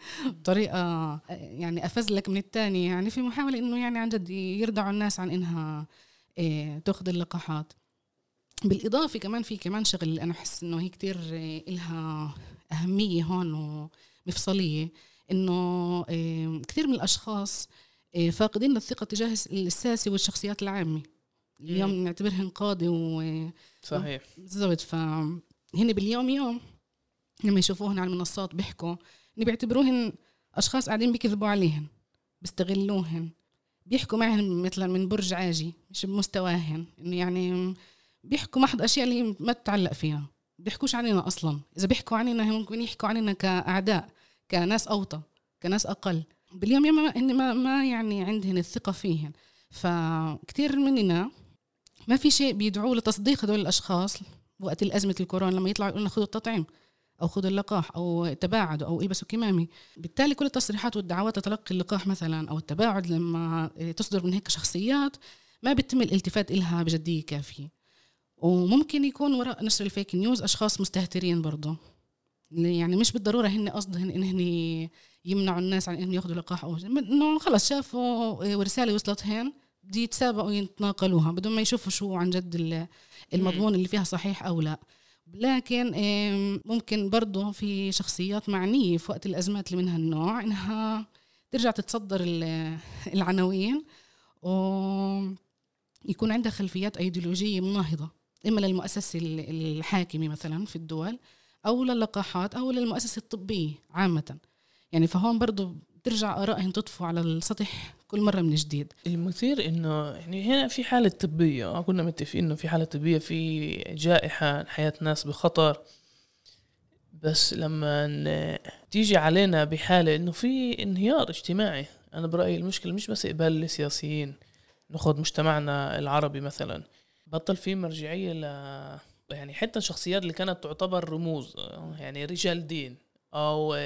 بطريقة يعني أفزلك من التاني، يعني في محاولة إنه يعني عن جد يردعوا الناس عن إنها تأخذ اللقاحات. بالإضافة كمان في كمان شغل اللي أنا أحس إنه هي كتير إلها أهمية هون ومفصلية، إنه كتير من الأشخاص فاقدين الثقة تجاه الساسة والشخصيات العامة اليوم نعتبرهن قاضي و صحيح بالضبط. فهن باليوم يوم لما يشوفوهن على المنصات بيحكوا إن بيعتبروهن أشخاص قاعدين بيكذبوا عليهن، بيستغلوهن، بيحكوا معهن مثلا من برج عاجي مش بمستواهن، إنه يعني بيحكوا محض أشياء اللي ما تتعلق فيها، بيحكوش عننا أصلا. إذا بيحكوا عننا ممكن يحكوا عننا كأعداء، كناس أوطى، كناس أقل. باليوم يوم إن ما ما يعني عندهن الثقة فيهن. فكتير مننا ما في شيء بيدعوا لتصديق هذول الأشخاص وقت الأزمة الكورونا لما يطلعوا يقولون خذوا التطعيم أو خذوا اللقاح أو تباعدوا أو البسوا كمامة. بالتالي كل التصريحات والدعوات لتلقي اللقاح مثلا أو التباعد لما تصدر من هيك شخصيات ما بيتم الالتفات إلها بجدية كافية. وممكن يكون وراء نشر الفيك نيوز أشخاص مستهترين برضو، يعني مش بالضرورة هن قصدهن إن يمنعوا الناس عن إن يأخذوا لقاح أو إنه خلص شافوا ورسالة وصلتهن دي يتسابقوا يتناقلوها بدون ما يشوفوا شو عن جد المضمون اللي فيها صحيح أو لا. لكن ممكن برضو في شخصيات معنية في وقت الأزمات اللي منها النوع إنها ترجع تتصدر العناوين ويكون عندها خلفيات أيديولوجية مناهضة إما للمؤسسة الحاكمة مثلا في الدول أو للقاحات أو للمؤسسة الطبية عامة. يعني فهون برضو ترجع آرائهم تطفو على السطح كل مرة من جديد. المثير إنه يعني هنا في حالة طبية، كنا متفقين إنه في حالة طبية، في جائحة، حياة ناس بخطر، بس لما تيجي علينا بحالة إنه في انهيار اجتماعي، أنا برأيي المشكلة مش بس إقبال السياسيين، نأخذ مجتمعنا العربي مثلا بطل فيه مرجعية ل يعني حتى الشخصيات اللي كانت تعتبر رموز، يعني رجال دين أو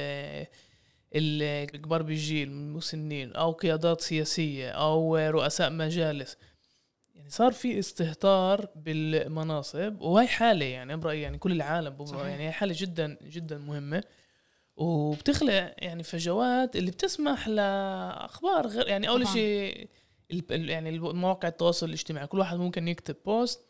الكبار بالجيل المسنين أو قيادات سياسية أو رؤساء مجالس، يعني صار في استهتار بالمناصب. وهي حالة يعني برأيي يعني كل العالم يعني هي حالة جدا جدا مهمة، وبتخلق يعني فجوات اللي بتسمح لأخبار غير يعني أول شيء يعني المواقع التواصل الاجتماعي كل واحد ممكن يكتب بوست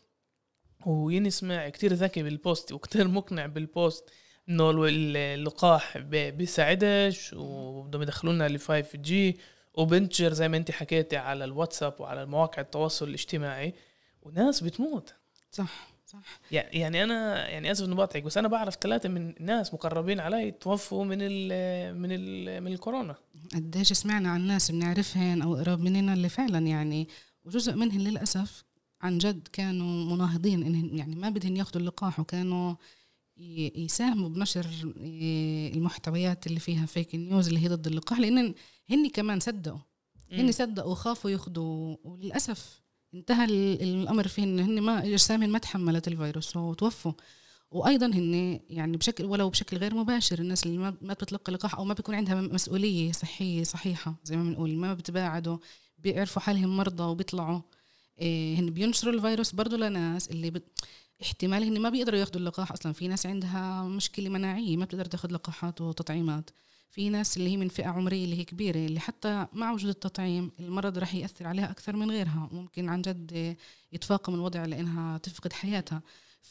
وينسمع كتير ذكي بالبوست وكتير مقنع بالبوست إنه اللقاح بيساعدش وبدهم يدخلونا ل فايف جي وبنتشر زي ما انت حكيتي على الواتساب وعلى المواقع التواصل الاجتماعي وناس بتموت. صح صح. يعني أنا يعني أسف نباطعك بس أنا بعرف ثلاثة من الناس مقربين علي توفوا من ال من ال من الكورونا. قديش سمعنا عن ناس بنعرفهن أو قراب مننا اللي فعلا يعني وجزء منهم للأسف عن جد كانوا مناهضين إنهم يعني ما بدهم ياخدوا اللقاح وكانوا يساهموا بنشر المحتويات اللي فيها فيك نيوز اللي هي ضد اللقاح، لأن هني كمان صدقوا هني صدقوا وخافوا ياخدوا، وللأسف انتهى الأمر فيه إن هني ما أجسامهم ما تحملت الفيروس وتوفوا. وأيضا هني يعني بشكل ولو بشكل غير مباشر الناس اللي ما بتتلقى لقاح أو ما بيكون عندها مسؤولية صحية صحيحة زي ما بنقول ما بتباعدوا بيعرفوا حالهم مرضى وبيطلعوا هن بينشروا الفيروس برضو لناس اللي بت... احتمال هن ما بيقدروا ياخدوا اللقاح أصلا. في ناس عندها مشكلة مناعية ما بتقدر تاخد لقاحات وتطعيمات، في ناس اللي هي من فئة عمرية اللي هي كبيرة اللي حتى مع وجود التطعيم المرض رح يأثر عليها أكثر من غيرها، ممكن عن جد يتفاقم الوضع لأنها تفقد حياتها.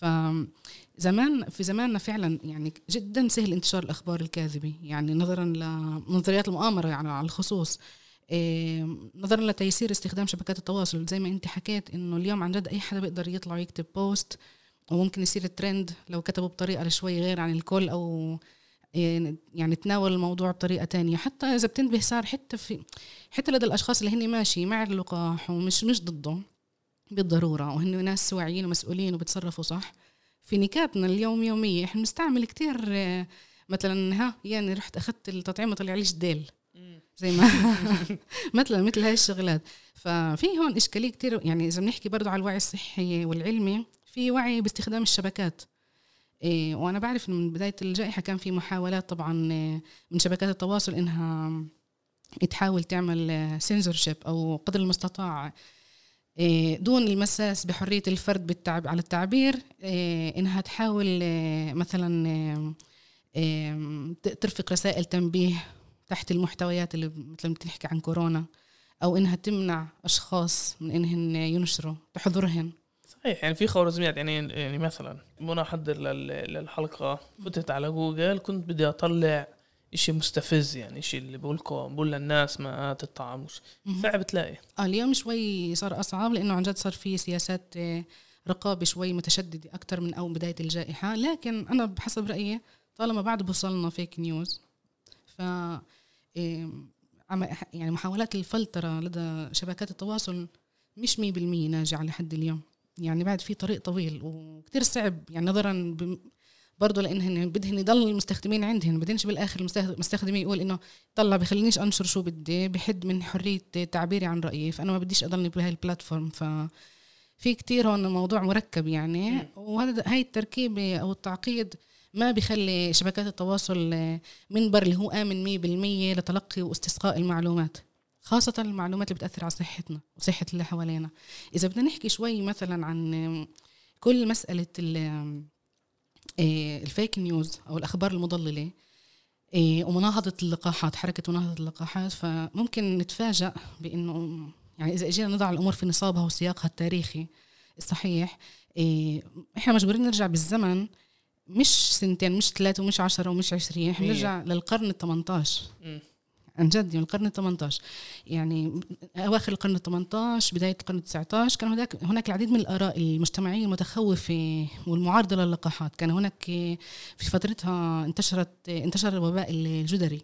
فزمان في زماننا فعلا يعني جدا سهل انتشار الأخبار الكاذبة يعني نظرا لنظريات المؤامرة يعني على الخصوص، إيه نظرا لتيسير استخدام شبكات التواصل زي ما انت حكيت انه اليوم عن جد اي حدا بيقدر يطلع ويكتب بوست وممكن يصير الترند لو كتبوا بطريقة شوي غير عن الكل او يعني تناول الموضوع بطريقة تانية. حتى اذا بتنبه صار حتى في حتى لدى الاشخاص اللي هن ماشي مع اللقاح ومش مش ضده بالضرورة وهن ناس واعيين ومسؤولين وبتصرفوا صح، في نكاتنا اليوم يومية إحنا نستعمل كتير مثلا ها يعني رحت أخذت التطعيم طلع ليش ديل زي ما مثلا مثل هاي الشغلات. ففي هون إشكالية كتير يعني إذا بنحكي برضو على الوعي الصحي والعلمي في وعي باستخدام الشبكات. إيه وأنا بعرف إن من بداية الجائحة كان في محاولات طبعا من شبكات التواصل إنها تحاول تعمل سينسورشيب أو قدر المستطاع دون المساس بحرية الفرد بالتعب على التعبير، إنها تحاول مثلا ترفق رسائل تنبيه تحت المحتويات اللي مثلا بتحكي عن كورونا، أو إنها تمنع أشخاص من إنهن ينشروا تحضرهن. صحيح. يعني في خوارزميات يعني يعني مثلا وانا احضر للحلقه فتت على جوجل كنت بدي اطلع إشي مستفز، يعني إشي اللي بقولكم بقول للناس ما تطعموش، صعب تلاقي. آه اليوم شوي صار أصعب لأنه عن جد صار في سياسات رقابة شوي متشددة أكتر من أول بداية الجائحة. لكن أنا بحسب رأيي طالما بعد بوصلنا فيك نيوز ف يعني محاولات الفلترة لدى شبكات التواصل مش مية بالمية ناجعة لحد اليوم. يعني بعد في طريق طويل وكتير صعب، يعني نظرا برضو لأنهن بدهن يضل المستخدمين عندهن، بدهنش بالآخر المستخدمين يقول إنه طلع بخلينيش أنشر شو بدي، بحد من حرية تعبيري عن رأيي، فأنا ما بديش أضلني بهاي البلاتفورم. ففي كتير هون موضوع مركب يعني، وهذا هاي التركيبة أو التعقيد ما بيخلي شبكات التواصل منبر اللي هو آمن مية بالمية لتلقي واستسقاء المعلومات، خاصة المعلومات اللي بتأثر على صحتنا وصحة اللي حوالينا. إذا بدنا نحكي شوي مثلا عن كل مسألة الفيك نيوز أو الأخبار المضللة ومناهضة اللقاحات، حركة مناهضة اللقاحات، فممكن نتفاجأ بأنه يعني إذا إجينا نضع الأمور في نصابها وسياقها التاريخي الصحيح، إحنا مجبورين نرجع بالزمن مش سنتين مش ثلاثة ومش عشرة ومش عشرين، إحنا نرجع للقرن الثمنتاش عن جد، من القرن الثمنتاش، يعني أواخر القرن الثمنتاش بداية القرن التسعتاش كان هناك هناك العديد من الآراء المجتمعية المتخوفة والمعارضة للقاحات. كان هناك في فترتها انتشرت انتشر الوباء الجدري.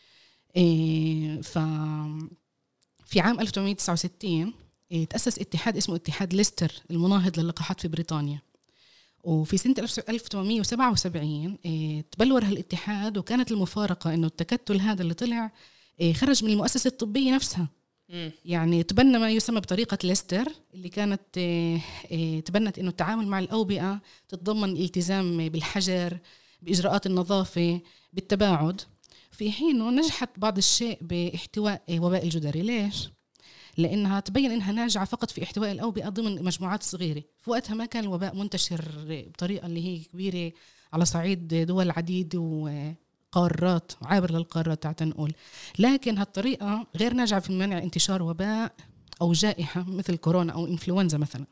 ف في عام ألف وتسعمية وتسعة وستين تأسس اتحاد اسمه اتحاد ليستر المناهض للقاحات في بريطانيا، وفي سنة ألف وثمانمية وسبعة وسبعين تبلور هالاتحاد، وكانت المفارقة إنه التكتل هذا اللي طلع خرج من المؤسسة الطبية نفسها. م. يعني تبنى ما يسمى بطريقة ليستر اللي كانت تبنت إنه التعامل مع الأوبئة تتضمن الالتزام بالحجر، بإجراءات النظافة، بالتباعد، في حين نجحت بعض الشيء باحتواء وباء الجدري. ليش؟ لأنها تبين إنها ناجعة فقط في احتواء الأوبئة ضمن مجموعات صغيرة. في وقتها ما كان الوباء منتشر بطريقة اللي هي كبيرة على صعيد دول عديد وقارات عابر للقارات تعال نقول، لكن هالطريقة غير ناجعة في منع انتشار وباء أو جائحة مثل كورونا أو إنفلونزا مثلا.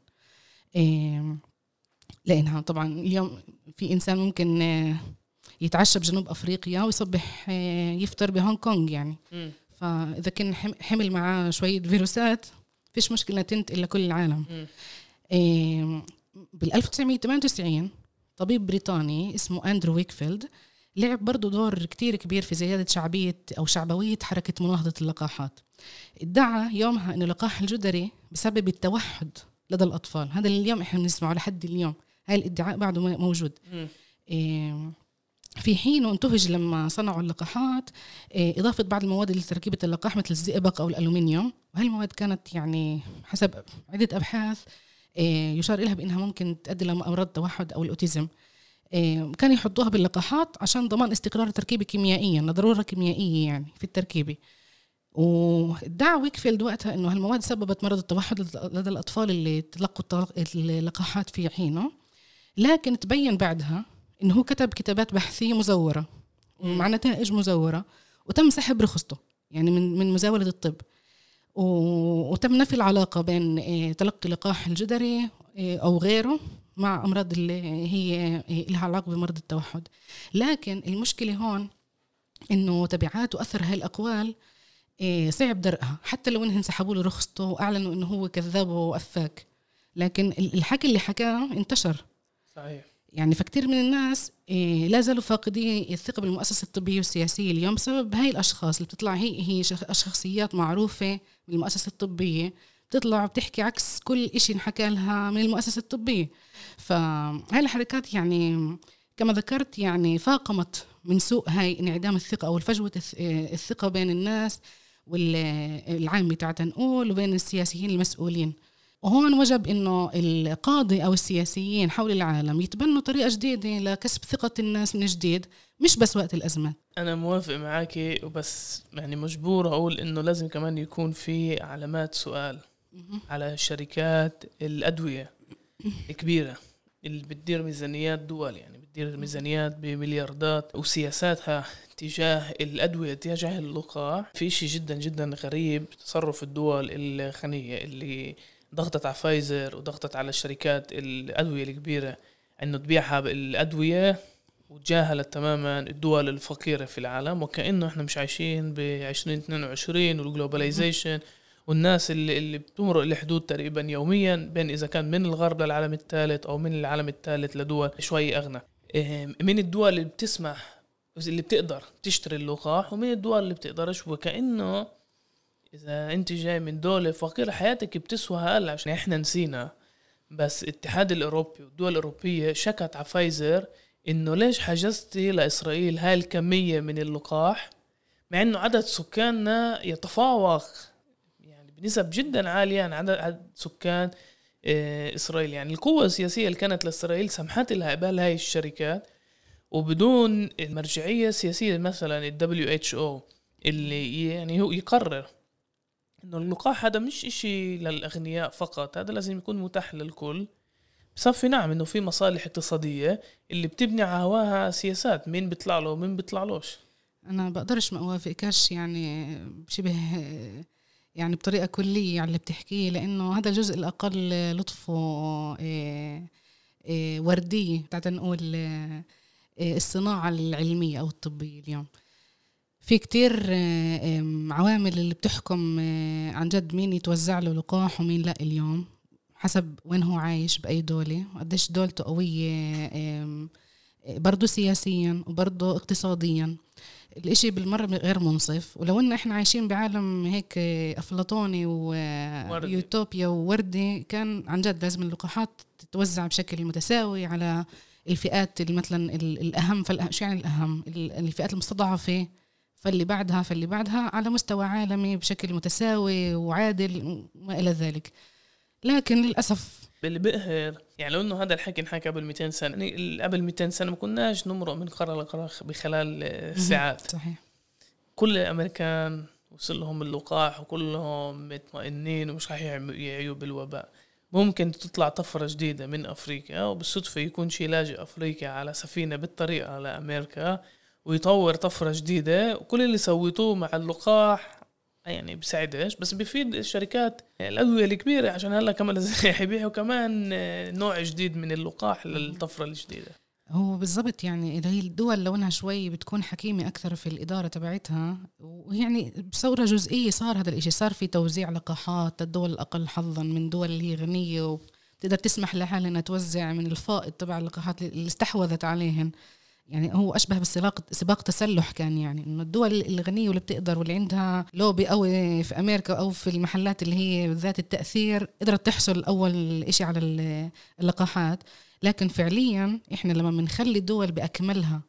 لأنها طبعا اليوم في إنسان ممكن يتعشى بجنوب أفريقيا ويصبح يفطر بهونغ كونغ يعني م. فإذا كان حمل معاه شوية فيروسات فيش مشكلة تنتقل لكل العالم. إيه بالألف وتسعمية وثمانية وتسعين طبيب بريطاني اسمه أندرو ويكفيلد لعب برضو دور كتير كبير في زيادة شعبية أو شعبوية حركة مناهضة اللقاحات. ادعى يومها أن اللقاح الجدري بسبب التوحد لدى الأطفال. هذا اليوم إحنا بنسمعه لحد اليوم، هاي الادعاء بعده موجود. إيه في حين انتهج لما صنعوا اللقاحات إضافة بعض المواد لتركيبة اللقاح مثل الزئبق أو الألومنيوم، وهي المواد كانت يعني حسب عدة أبحاث يشار إلها بأنها ممكن تؤدي لأمراض التوحد أو الأوتيزم. كانوا يحطوها باللقاحات عشان ضمان استقرار التركيبة كيميائيا، لضرورة كيميائية يعني في التركيبة. وادعى ويكفيلد وقتها أنه هالمواد سببت مرض التوحد لدى الأطفال اللي تلقوا اللقاحات في حينه. لكن تبين بعدها إنه هو كتب كتابات بحثية مزورة ومع نتائج مزورة، وتم سحب رخصته يعني من من مزاولة الطب، وتم نفي العلاقة بين تلقي لقاح الجدري أو غيره مع أمراض اللي هي لها علاقة بمرض التوحد. لكن المشكلة هون إنه تبعات وأثر هاي الأقوال صعب درءها، حتى لو إنهم سحبوا له رخصته وأعلنوا إنه هو كذاب وأفاك، لكن الحكي اللي حكاه انتشر. صحيح. يعني فكتير من الناس لا زالوا فاقدين الثقة بالمؤسسة الطبية والسياسية اليوم بسبب هاي الأشخاص اللي بتطلع هي هي شخصيات معروفة بالمؤسسة الطبية بتطلع بتحكي عكس كل إشي نحكى لها من المؤسسة الطبية. فهاي الحركات يعني كما ذكرت يعني فاقمت من سوء هاي انعدام الثقة أو الفجوة الثقة بين الناس والعام بتاعت نقول وبين السياسيين المسؤولين. وهون وجب إنه القاضي أو السياسيين حول العالم يتبنوا طريقة جديدة لكسب ثقة الناس من جديد، مش بس وقت الأزمات. أنا موافق معاكي، وبس يعني مجبور أقول إنه لازم كمان يكون في علامات سؤال على شركات الأدوية الكبيرة اللي بتدير ميزانيات دول، يعني بتدير ميزانيات بملياردات، وسياساتها تجاه الأدوية تجاه اللقاح. في شيء جدا جدا غريب تصرف الدول الغنية اللي ضغطت على فايزر وضغطت على الشركات الأدوية الكبيرة أنه تبيعها بالأدوية، وتجاهلت تماما الدول الفقيرة في العالم، وكأنه احنا مش عايشين بعشرين اثنين وعشرين والجلوباليزيشن والناس اللي, اللي بتمرق الحدود تقريبا يوميا بين إذا كان من الغرب للعالم الثالث أو من العالم الثالث لدول شوي أغنى. من الدول اللي بتسمح اللي بتقدر تشتري اللقاح ومن الدول اللي بتقدرش، وكأنه إذا أنت جاي من دولة فقيرة حياتك بتسوى أقل. عشان إحنا نسينا بس الاتحاد الأوروبي والدول الأوروبية شكت على فايزر إنه ليش حجزتي لإسرائيل هاي الكمية من اللقاح مع إنه عدد سكاننا يتفاوق يعني بنسب جدا عالية عن عدد, عدد سكان إسرائيل. يعني القوة السياسية اللي كانت لإسرائيل سمحت لها قبال هاي الشركات، وبدون المرجعية السياسية مثلا ال دبليو إتش أو اللي يعني هو يقرر إنه اللقاح هذا مش إشي للأغنياء فقط، هذا لازم يكون متاح للكل. بصفي نعم إنه في مصالح اقتصادية اللي بتبني على هواها سياسات مين بيطلع له ومين بيطلعلوش. أنا بقدرش ما أوافقكش يعني بشبه يعني بطريقة كلية على اللي بتحكيه، لأنه هذا الجزء الأقل لطفه إيه إيه وردية بتاعت نقول إيه الصناعة العلمية أو الطبية. اليوم في كتير عوامل اللي بتحكم عن جد مين يتوزع له لقاح ومين لا اليوم، حسب وين هو عايش بأي دولة وقديش دولته قوية برضو سياسيا وبرضو اقتصاديا. الاشي بالمرة غير منصف. ولو ان احنا عايشين بعالم هيك افلاطوني ويوتوبيا ووردي كان عن جد لازم اللقاحات تتوزع بشكل متساوي على الفئات مثلا الأهم. شو يعني الأهم؟ الفئات المستضعفة، فاللي بعدها فاللي بعدها على مستوى عالمي بشكل متساوي وعادل وما إلى ذلك. لكن للأسف باللي بقهر يعني لو انه هذا الحكي نحكى قبل مئتين سنة، يعني قبل مئتين سنة ما كناش نمرق من قارة لقارة بخلال ساعات. صحيح. كل الأمريكان وصل لهم اللقاح وكلهم مطمئنين ومش راح يعيوا بالوباء. ممكن تطلع طفرة جديدة من أفريقيا وبالصدفة يكون شي لاجئ أفريقيا على سفينة بالطريقة لأمريكا ويطور طفرة جديدة، وكل اللي سويتوه مع اللقاح يعني بساعدش، بس بيفيد الشركات الأدوية الكبيرة عشان هلا كمان يبيعوا كمان نوع جديد من اللقاح للطفرة الجديدة. هو بالضبط يعني هي الدول لو انها شوي بتكون حكيمة أكثر في الإدارة تبعتها، ويعني بصورة جزئية صار هذا الإشي، صار في توزيع لقاحات للدول الأقل حظا من دول اللي هي غنية وتقدر تسمح لها أنها توزع من الفائض تبع اللقاحات اللي استحوذت عليهن. يعني هو أشبه بالسباق سباق تسلح كان، يعني إنه الدول الغنية واللي بتقدر واللي عندها لوبي قوي في أمريكا أو في المحلات اللي هي ذات التأثير قدرت تحصل أول إشي على اللقاحات. لكن فعليا إحنا لما بنخلي الدول بأكملها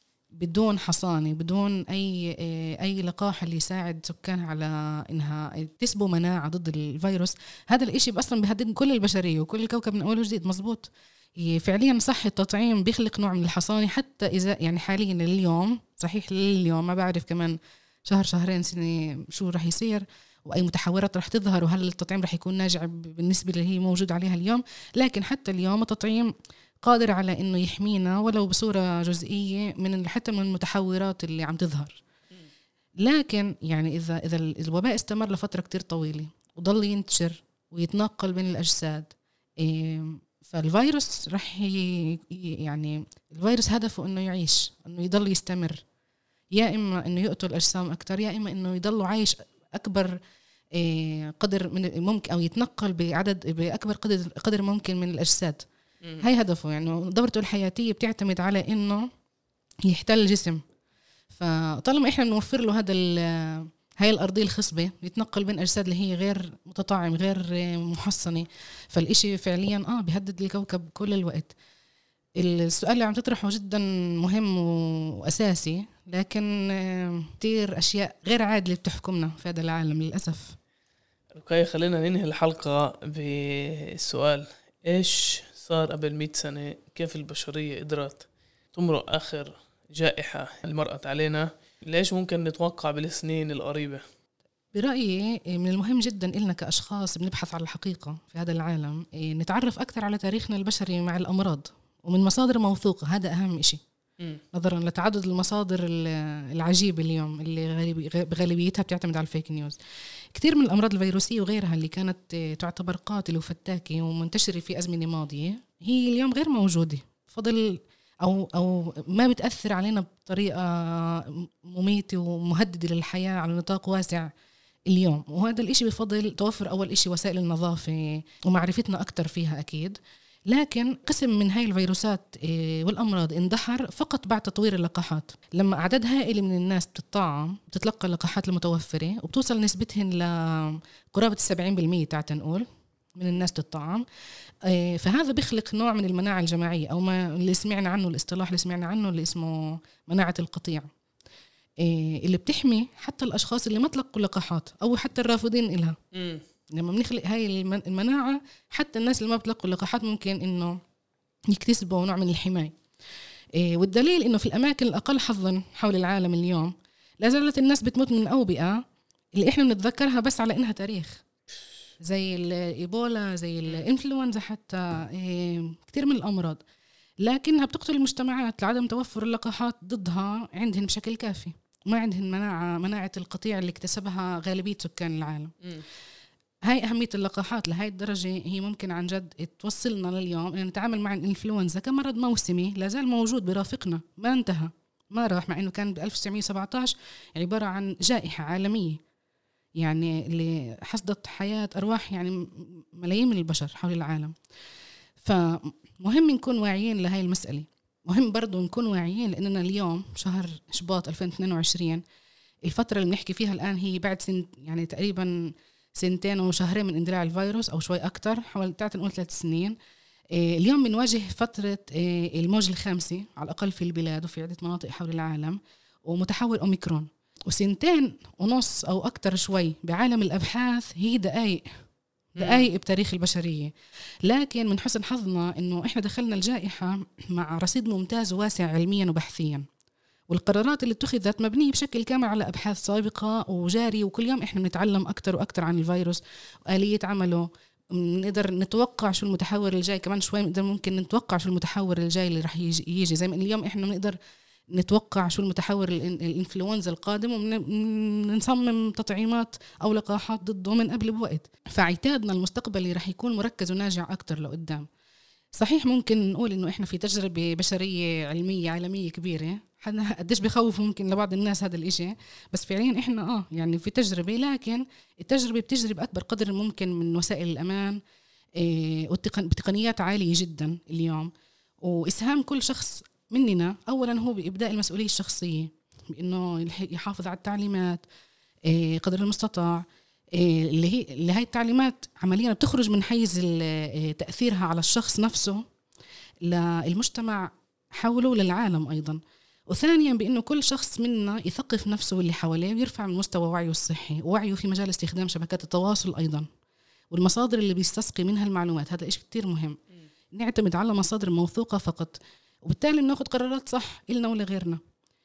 بدون حصانة بدون أي أي لقاح اللي يساعد سكانها على إنها تسبو مناعة ضد الفيروس، هذا الإشي أصلا بيهدد كل البشرية وكل الكوكب من أول وجديد. مزبوط. فعليا صح التطعيم بيخلق نوع من الحصانة، حتى إذا يعني حاليا اليوم صحيح اليوم ما بعرف كمان شهر شهرين سنة شو رح يصير وأي متحورات رح تظهر وهل التطعيم رح يكون ناجع بالنسبة اللي هي موجود عليها اليوم. لكن حتى اليوم التطعيم قادر على إنه يحمينا ولو بصورة جزئية من حتى من المتحورات اللي عم تظهر. لكن يعني إذا إذا الوباء استمر لفترة كتير طويلة وضل ينتشر ويتنقل بين الأجساد، فالفيروس رح يعني الفيروس هدفه إنه يعيش، إنه يضل يستمر، يا إما إنه يقتل أجسام أكتر يا إما إنه يضل عايش أكبر قدر من ممكن أو يتنقل بعدد بأكبر قدر قدر ممكن من الأجساد. هاي هدفه، يعني دورته الحياتية بتعتمد على إنه يحتل الجسم. فطالما إحنا نوفر له هذا هاي الأرضية الخصبة يتنقل بين أجساد اللي هي غير متطعم غير محصنة، فالإشي فعليا آه بيهدد الكوكب كل الوقت. السؤال اللي عم تطرحه جدا مهم وأساسي، لكن كتير أشياء غير عادلة بتحكمنا في هذا العالم للأسف. اوكي، خلينا ننهي الحلقة بالسؤال: إيش صار قبل مئة سنة؟ كيف البشرية قدرت تمرق آخر جائحة اللي مرقت علينا؟ ليش ممكن نتوقع بالسنين القريبة؟ برأيي من المهم جدا إلنا كأشخاص بنبحث على الحقيقة في هذا العالم نتعرف أكثر على تاريخنا البشري مع الأمراض ومن مصادر موثوقة. هذا أهم إشي م. نظرا لتعدد المصادر العجيبة اليوم اللي بغالبيتها بتعتمد على الفيك نيوز. كثير من الأمراض الفيروسية وغيرها اللي كانت تعتبر قاتلة وفتاكة ومنتشرة في أزمنة ماضية هي اليوم غير موجودة، فضل أو أو ما بتأثر علينا بطريقة مميتة ومهددة للحياة على نطاق واسع اليوم. وهذا الإشي بفضل توفر أول إشي وسائل النظافة ومعرفتنا أكتر فيها أكيد، لكن قسم من هاي الفيروسات والأمراض اندحر فقط بعد تطوير اللقاحات. لما أعداد هائلة من الناس بتطعم بتتلقى اللقاحات المتوفرة وبتوصل نسبتهن لقرابة السبعين بالمية تعال نقول من الناس تطعم، فهذا بيخلق نوع من المناعة الجماعية أو ما اللي سمعنا عنه الاصطلاح اللي سمعنا عنه اللي اسمه مناعة القطيع، اللي بتحمي حتى الأشخاص اللي ما تلقوا لقاحات أو حتى الرافضين إلها. م. لما بنخلق هاي المناعة حتى الناس اللي ما بتلقوا اللقاحات ممكن إنه يكتسبوا نوع من الحماية. والدليل إنه في الأماكن الأقل حظاً حول العالم اليوم لا زالت الناس بتموت من أوبئة اللي إحنا بنتذكرها بس على إنها تاريخ، زي الإيبولا زي الإنفلونزا حتى كتير من الأمراض، لكنها بتقتل المجتمعات لعدم توفر اللقاحات ضدها عندهم بشكل كافي، ما عندهم مناعة مناعة القطيع اللي اكتسبها غالبية سكان العالم. م. هاي أهمية اللقاحات لهاي الدرجة هي ممكن عن جد توصلنا لليوم إن نتعامل مع الإنفلونزا كمرض موسمي لازال موجود برافقنا، ما انتهى ما راح، مع إنه كان ب ألف وتسعمية وسبعة عشر عبارة عن جائحة عالمية يعني اللي حصدت حياة أرواح يعني ملايين من البشر حول العالم. فمهم نكون واعيين لهاي المسألة. مهم برضو نكون واعيين لأننا اليوم شهر شباط ألفين واثنين وعشرين، الفترة اللي بنحكي فيها الآن هي بعد سن يعني تقريبا سنتين وشهرين من اندلاع الفيروس أو شوي أكتر، حوالي تعال نقول ثلاث سنين. اليوم بنواجه فترة الموجة الخامسة على الأقل في البلاد وفي عدة مناطق حول العالم ومتحول أوميكرون، وسنتين ونص أو أكتر شوي بعالم الأبحاث هي دقائق دقائق بتاريخ البشرية. لكن من حسن حظنا إنه إحنا دخلنا الجائحة مع رصيد ممتاز وواسع علميا وبحثيا، والقرارات اللي اتخذت مبنية بشكل كامل على أبحاث سابقة وجاري، وكل يوم إحنا بنتعلم أكتر وأكتر عن الفيروس وآلية عمله. نقدر نتوقع شو المتحور الجاي، كمان شوي نقدر ممكن نتوقع شو المتحور الجاي اللي رح يجي, يجي. زي ما اليوم إحنا بنقدر نتوقع شو المتحور الانفلونزا القادم ونصمم تطعيمات أو لقاحات ضده من قبل بوقت. فعتادنا المستقبلي رح يكون مركز وناجع أكتر لقدام. صحيح ممكن نقول إنه إحنا في تجربة بشرية علمية عالمية كبيرة، حنا قديش بخوف ممكن لبعض الناس هذا الإشي، بس فعليا إحنا آه يعني في تجربة، لكن التجربة بتجري بأكبر قدر ممكن من وسائل الأمان إيه وبتقنيات عالية جدا اليوم. وإسهام كل شخص مننا أولا هو بإبداء المسؤولية الشخصية بأنه يحافظ على التعليمات إيه قدر المستطاع، إيه اللي هي اللي هاي التعليمات عمليا بتخرج من حيز تأثيرها على الشخص نفسه للمجتمع حوله للعالم أيضا. وثانيا بأنه كل شخص منا يثقف نفسه واللي حواليه ويرفع من مستوى وعيه الصحي ووعيه في مجال استخدام شبكات التواصل أيضا والمصادر اللي بيستسقي منها المعلومات. هذا إشي كتير مهم، نعتمد على مصادر موثوقة فقط، وبالتالي ناخد قرارات صح إلنا ولا غيرنا.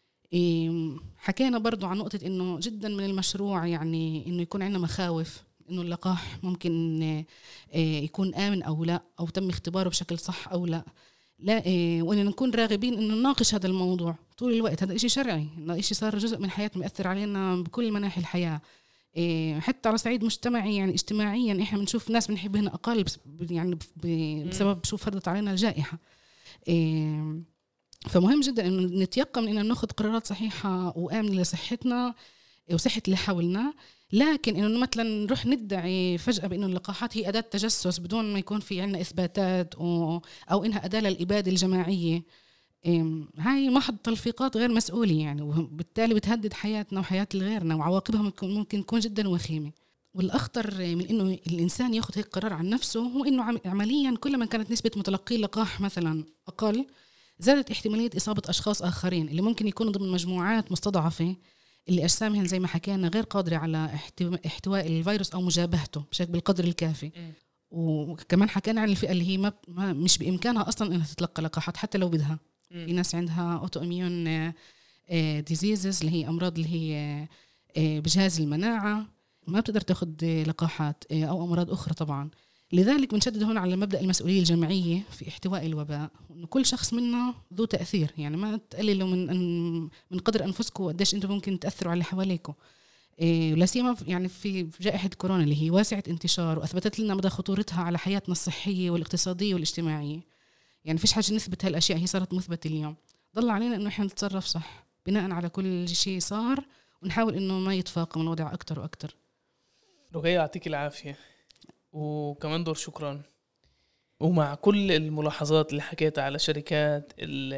حكينا برضو عن نقطة إنه جدا من المشروع يعني إنه يكون عندنا مخاوف إنه اللقاح ممكن يكون آمن أو لا، أو تم اختباره بشكل صح أو لا، لا إيه وإن نكون راغبين إنه نناقش هذا الموضوع طول الوقت. هذا إشي شرعي، هذا إشي صار جزء من حياتنا مؤثر علينا بكل مناحي الحياة. إيه حتى على صعيد مجتمعي يعني اجتماعيا إحنا بنشوف ناس بنحبهن أقل يعني بسبب شو فرضت علينا الجائحة. إيه فمهم جدا إنه نتيقن إنه نأخذ قرارات صحيحة وآمنة لصحتنا وصحة اللي حولنا، لكن إنه مثلا نروح ندعي فجأة بأنه اللقاحات هي أداة تجسس بدون ما يكون في عنا إثباتات أو, أو إنها أداة للإبادة الجماعية. هاي محض تلفيقات غير مسؤولة يعني، وبالتالي بتهدد حياتنا وحياة الغيرنا، وعواقبها ممكن تكون جدا وخيمة. والأخطر من إنه الإنسان يأخذ هيك قرار عن نفسه هو إنه عمليا كل ما كانت نسبة متلقي اللقاح مثلا أقل، زادت احتمالية إصابة أشخاص آخرين اللي ممكن يكونوا ضمن مجموعات مستضعفة، اللي أجسامهم زي ما حكينا غير قادرة على احتواء الفيروس أو مجابهته بشكل بالقدر الكافي. وكمان حكينا عن الفئة اللي هي ما, ما مش بإمكانها أصلا إنها تتلقى لقاحات حتى لو بدها. م. في ناس عندها أوتو إميون ديزيزز اللي هي أمراض اللي هي بجهاز المناعة ما بتقدر تاخد لقاحات، أو أمراض أخرى طبعا. لذلك بنشدد هون على مبدأ المسؤولية الجماعية في احتواء الوباء، وإنه كل شخص منا ذو تأثير، يعني ما تقللوا من من قدر أنفسكم وقديش أنتم ممكن تأثروا على اللي حواليكم. إيه لا سيما يعني في جائحة كورونا اللي هي واسعة انتشار وأثبتت لنا مدى خطورتها على حياتنا الصحية والاقتصادية والاجتماعية. يعني فيش حاجة نثبت هالأشياء، هي صارت مثبتة اليوم. ضل علينا إنه إحنا نتصرف صح بناء على كل شيء صار، ونحاول إنه ما يتفاقم الوضع أكتر وأكتر. رقية يعطيك العافية، وكمان دور شكرا. ومع كل الملاحظات اللي حكيتها على شركات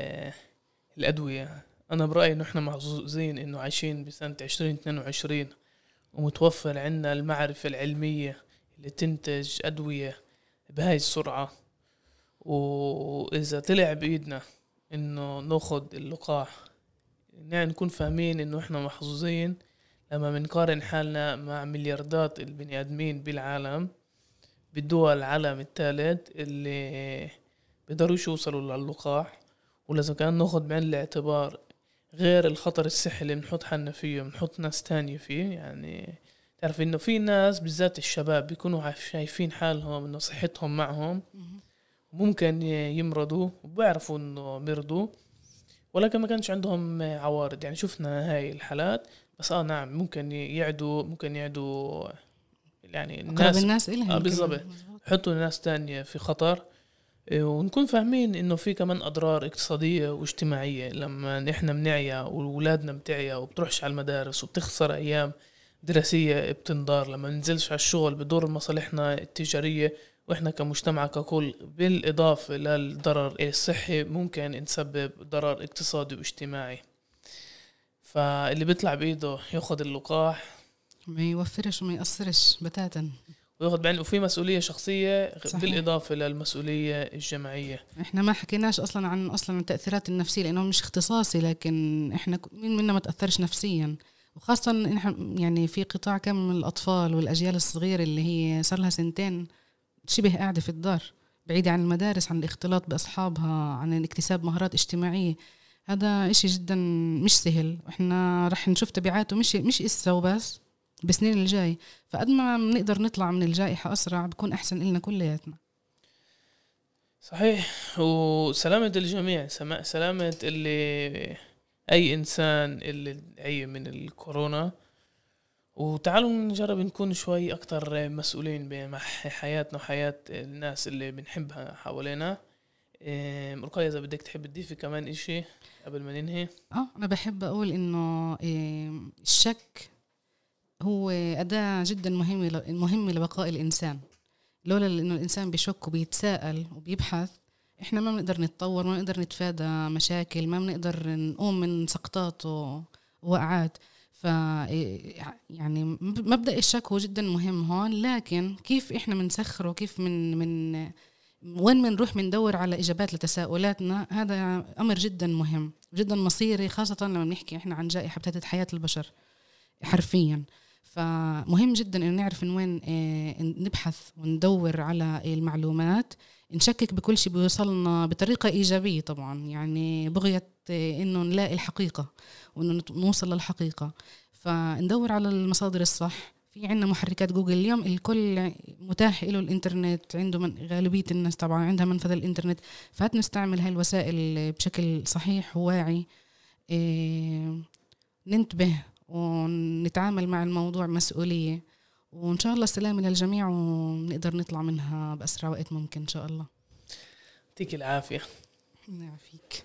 الأدوية، أنا برأيي إنه إحنا محظوظين إنه عايشين بسنة عشرين اثنين وعشرين ومتوفر عنا المعرفة العلمية اللي تنتج أدوية بهاي السرعة. وإذا طلع بإيدنا إنه ناخد اللقاح، يعني نكون فاهمين إنه إحنا محظوظين لما منقارن حالنا مع ملياردات البني آدمين بالعالم بالدول العالم الثالث اللي بيقدروش يوصلوا للقاح. ولازم كان ناخد بعين الاعتبار غير الخطر الصحي اللي بنحط حالنا فيه بنحط ناس تانية فيه. يعني تعرف إنه في ناس بالذات الشباب بيكونوا شايفين حالهم إنه صحتهم معهم ممكن يمرضوا وبيعرفوا إنه مرضوا، ولكن ما كانش عندهم عوارض. يعني شفنا هاي الحالات، بس آه نعم ممكن يعدوا ممكن يعدوا يعني الناس, الناس إلهم آه بالضبط، حطوا الناس تانية في خطر. ونكون فاهمين إنه في كمان أضرار اقتصادية واجتماعية لما نحن بنعيا وولادنا بتعيا وبتروحش على المدارس وبتخسر أيام دراسية بتنضار، لما ننزلش على الشغل بدور مصالحنا التجارية، وإحنا كمجتمع ككل. بالإضافة للضرر الصحي ممكن نسبب ضرر اقتصادي واجتماعي. فاللي بيطلع بإيده يأخذ اللقاح ما يوفرش وما يأثرش بتاتا، وياخد بعين وفي مسؤولية شخصية صحيح. بالإضافة للمسؤولية الجماعية. إحنا ما حكيناش أصلا عن أصلا التأثيرات النفسية لأنه مش اختصاصي، لكن إحنا مين منا ما تأثرش نفسيا، وخاصة إحنا يعني في قطاع كم من الأطفال والأجيال الصغيرة اللي هي صار لها سنتين شبه قاعدة في الدار بعيدة عن المدارس، عن الاختلاط بأصحابها، عن اكتساب مهارات اجتماعية. هذا إشي جدا مش سهل، وإحنا رح نشوف تبعاته مش مش إسا وبس بسنين الجاي. فقد ما نقدر نطلع من الجائحة أسرع بكون أحسن لنا كلياتنا. صحيح. وسلامة الجميع، سلامة اللي أي إنسان اللي عي من الكورونا. وتعالوا نجرب نكون شوي أكتر مسؤولين مع حياتنا وحياة الناس اللي بنحبها حوالينا. رقية إذا بدك تحب تضيفي كمان إشي قبل ما ننهي؟ آه أنا بحب أقول إنه الشك هو أداة جدا مهمة مهمة لبقاء الإنسان. لولا إنه الإنسان بيشك وبيتساءل وبيبحث، إحنا ما بنقدر نتطور، ما بنقدر نتفادى مشاكل، ما بنقدر نقوم من سقطات ووقعات. ف يعني مبدأ الشك هو جدا مهم هون، لكن كيف إحنا منسخره، كيف من من وين بنروح بندور على إجابات لتساؤلاتنا، هذا أمر جدا مهم جدا مصيري، خاصة لما نحكي إحنا عن جائحة بتهدد حياة البشر حرفيا. فمهم جدا إنه نعرف إن وين نبحث وندور على المعلومات، نشكك بكل شيء بيوصلنا بطريقة إيجابية طبعا، يعني بغية إنه نلاقي الحقيقة وإنه نوصل للحقيقة. فندور على المصادر الصح. في عنا محركات جوجل اليوم الكل متاح له الإنترنت، عنده من غالبية الناس طبعا عندها منفذ الإنترنت، فهات نستعمل هاي الوسائل بشكل صحيح وواعي، إيه ننتبه ونتعامل مع الموضوع مسؤولية، وإن شاء الله السلام للجميع ونقدر نطلع منها بأسرع وقت ممكن إن شاء الله. يعطيك العافية. يعافيك.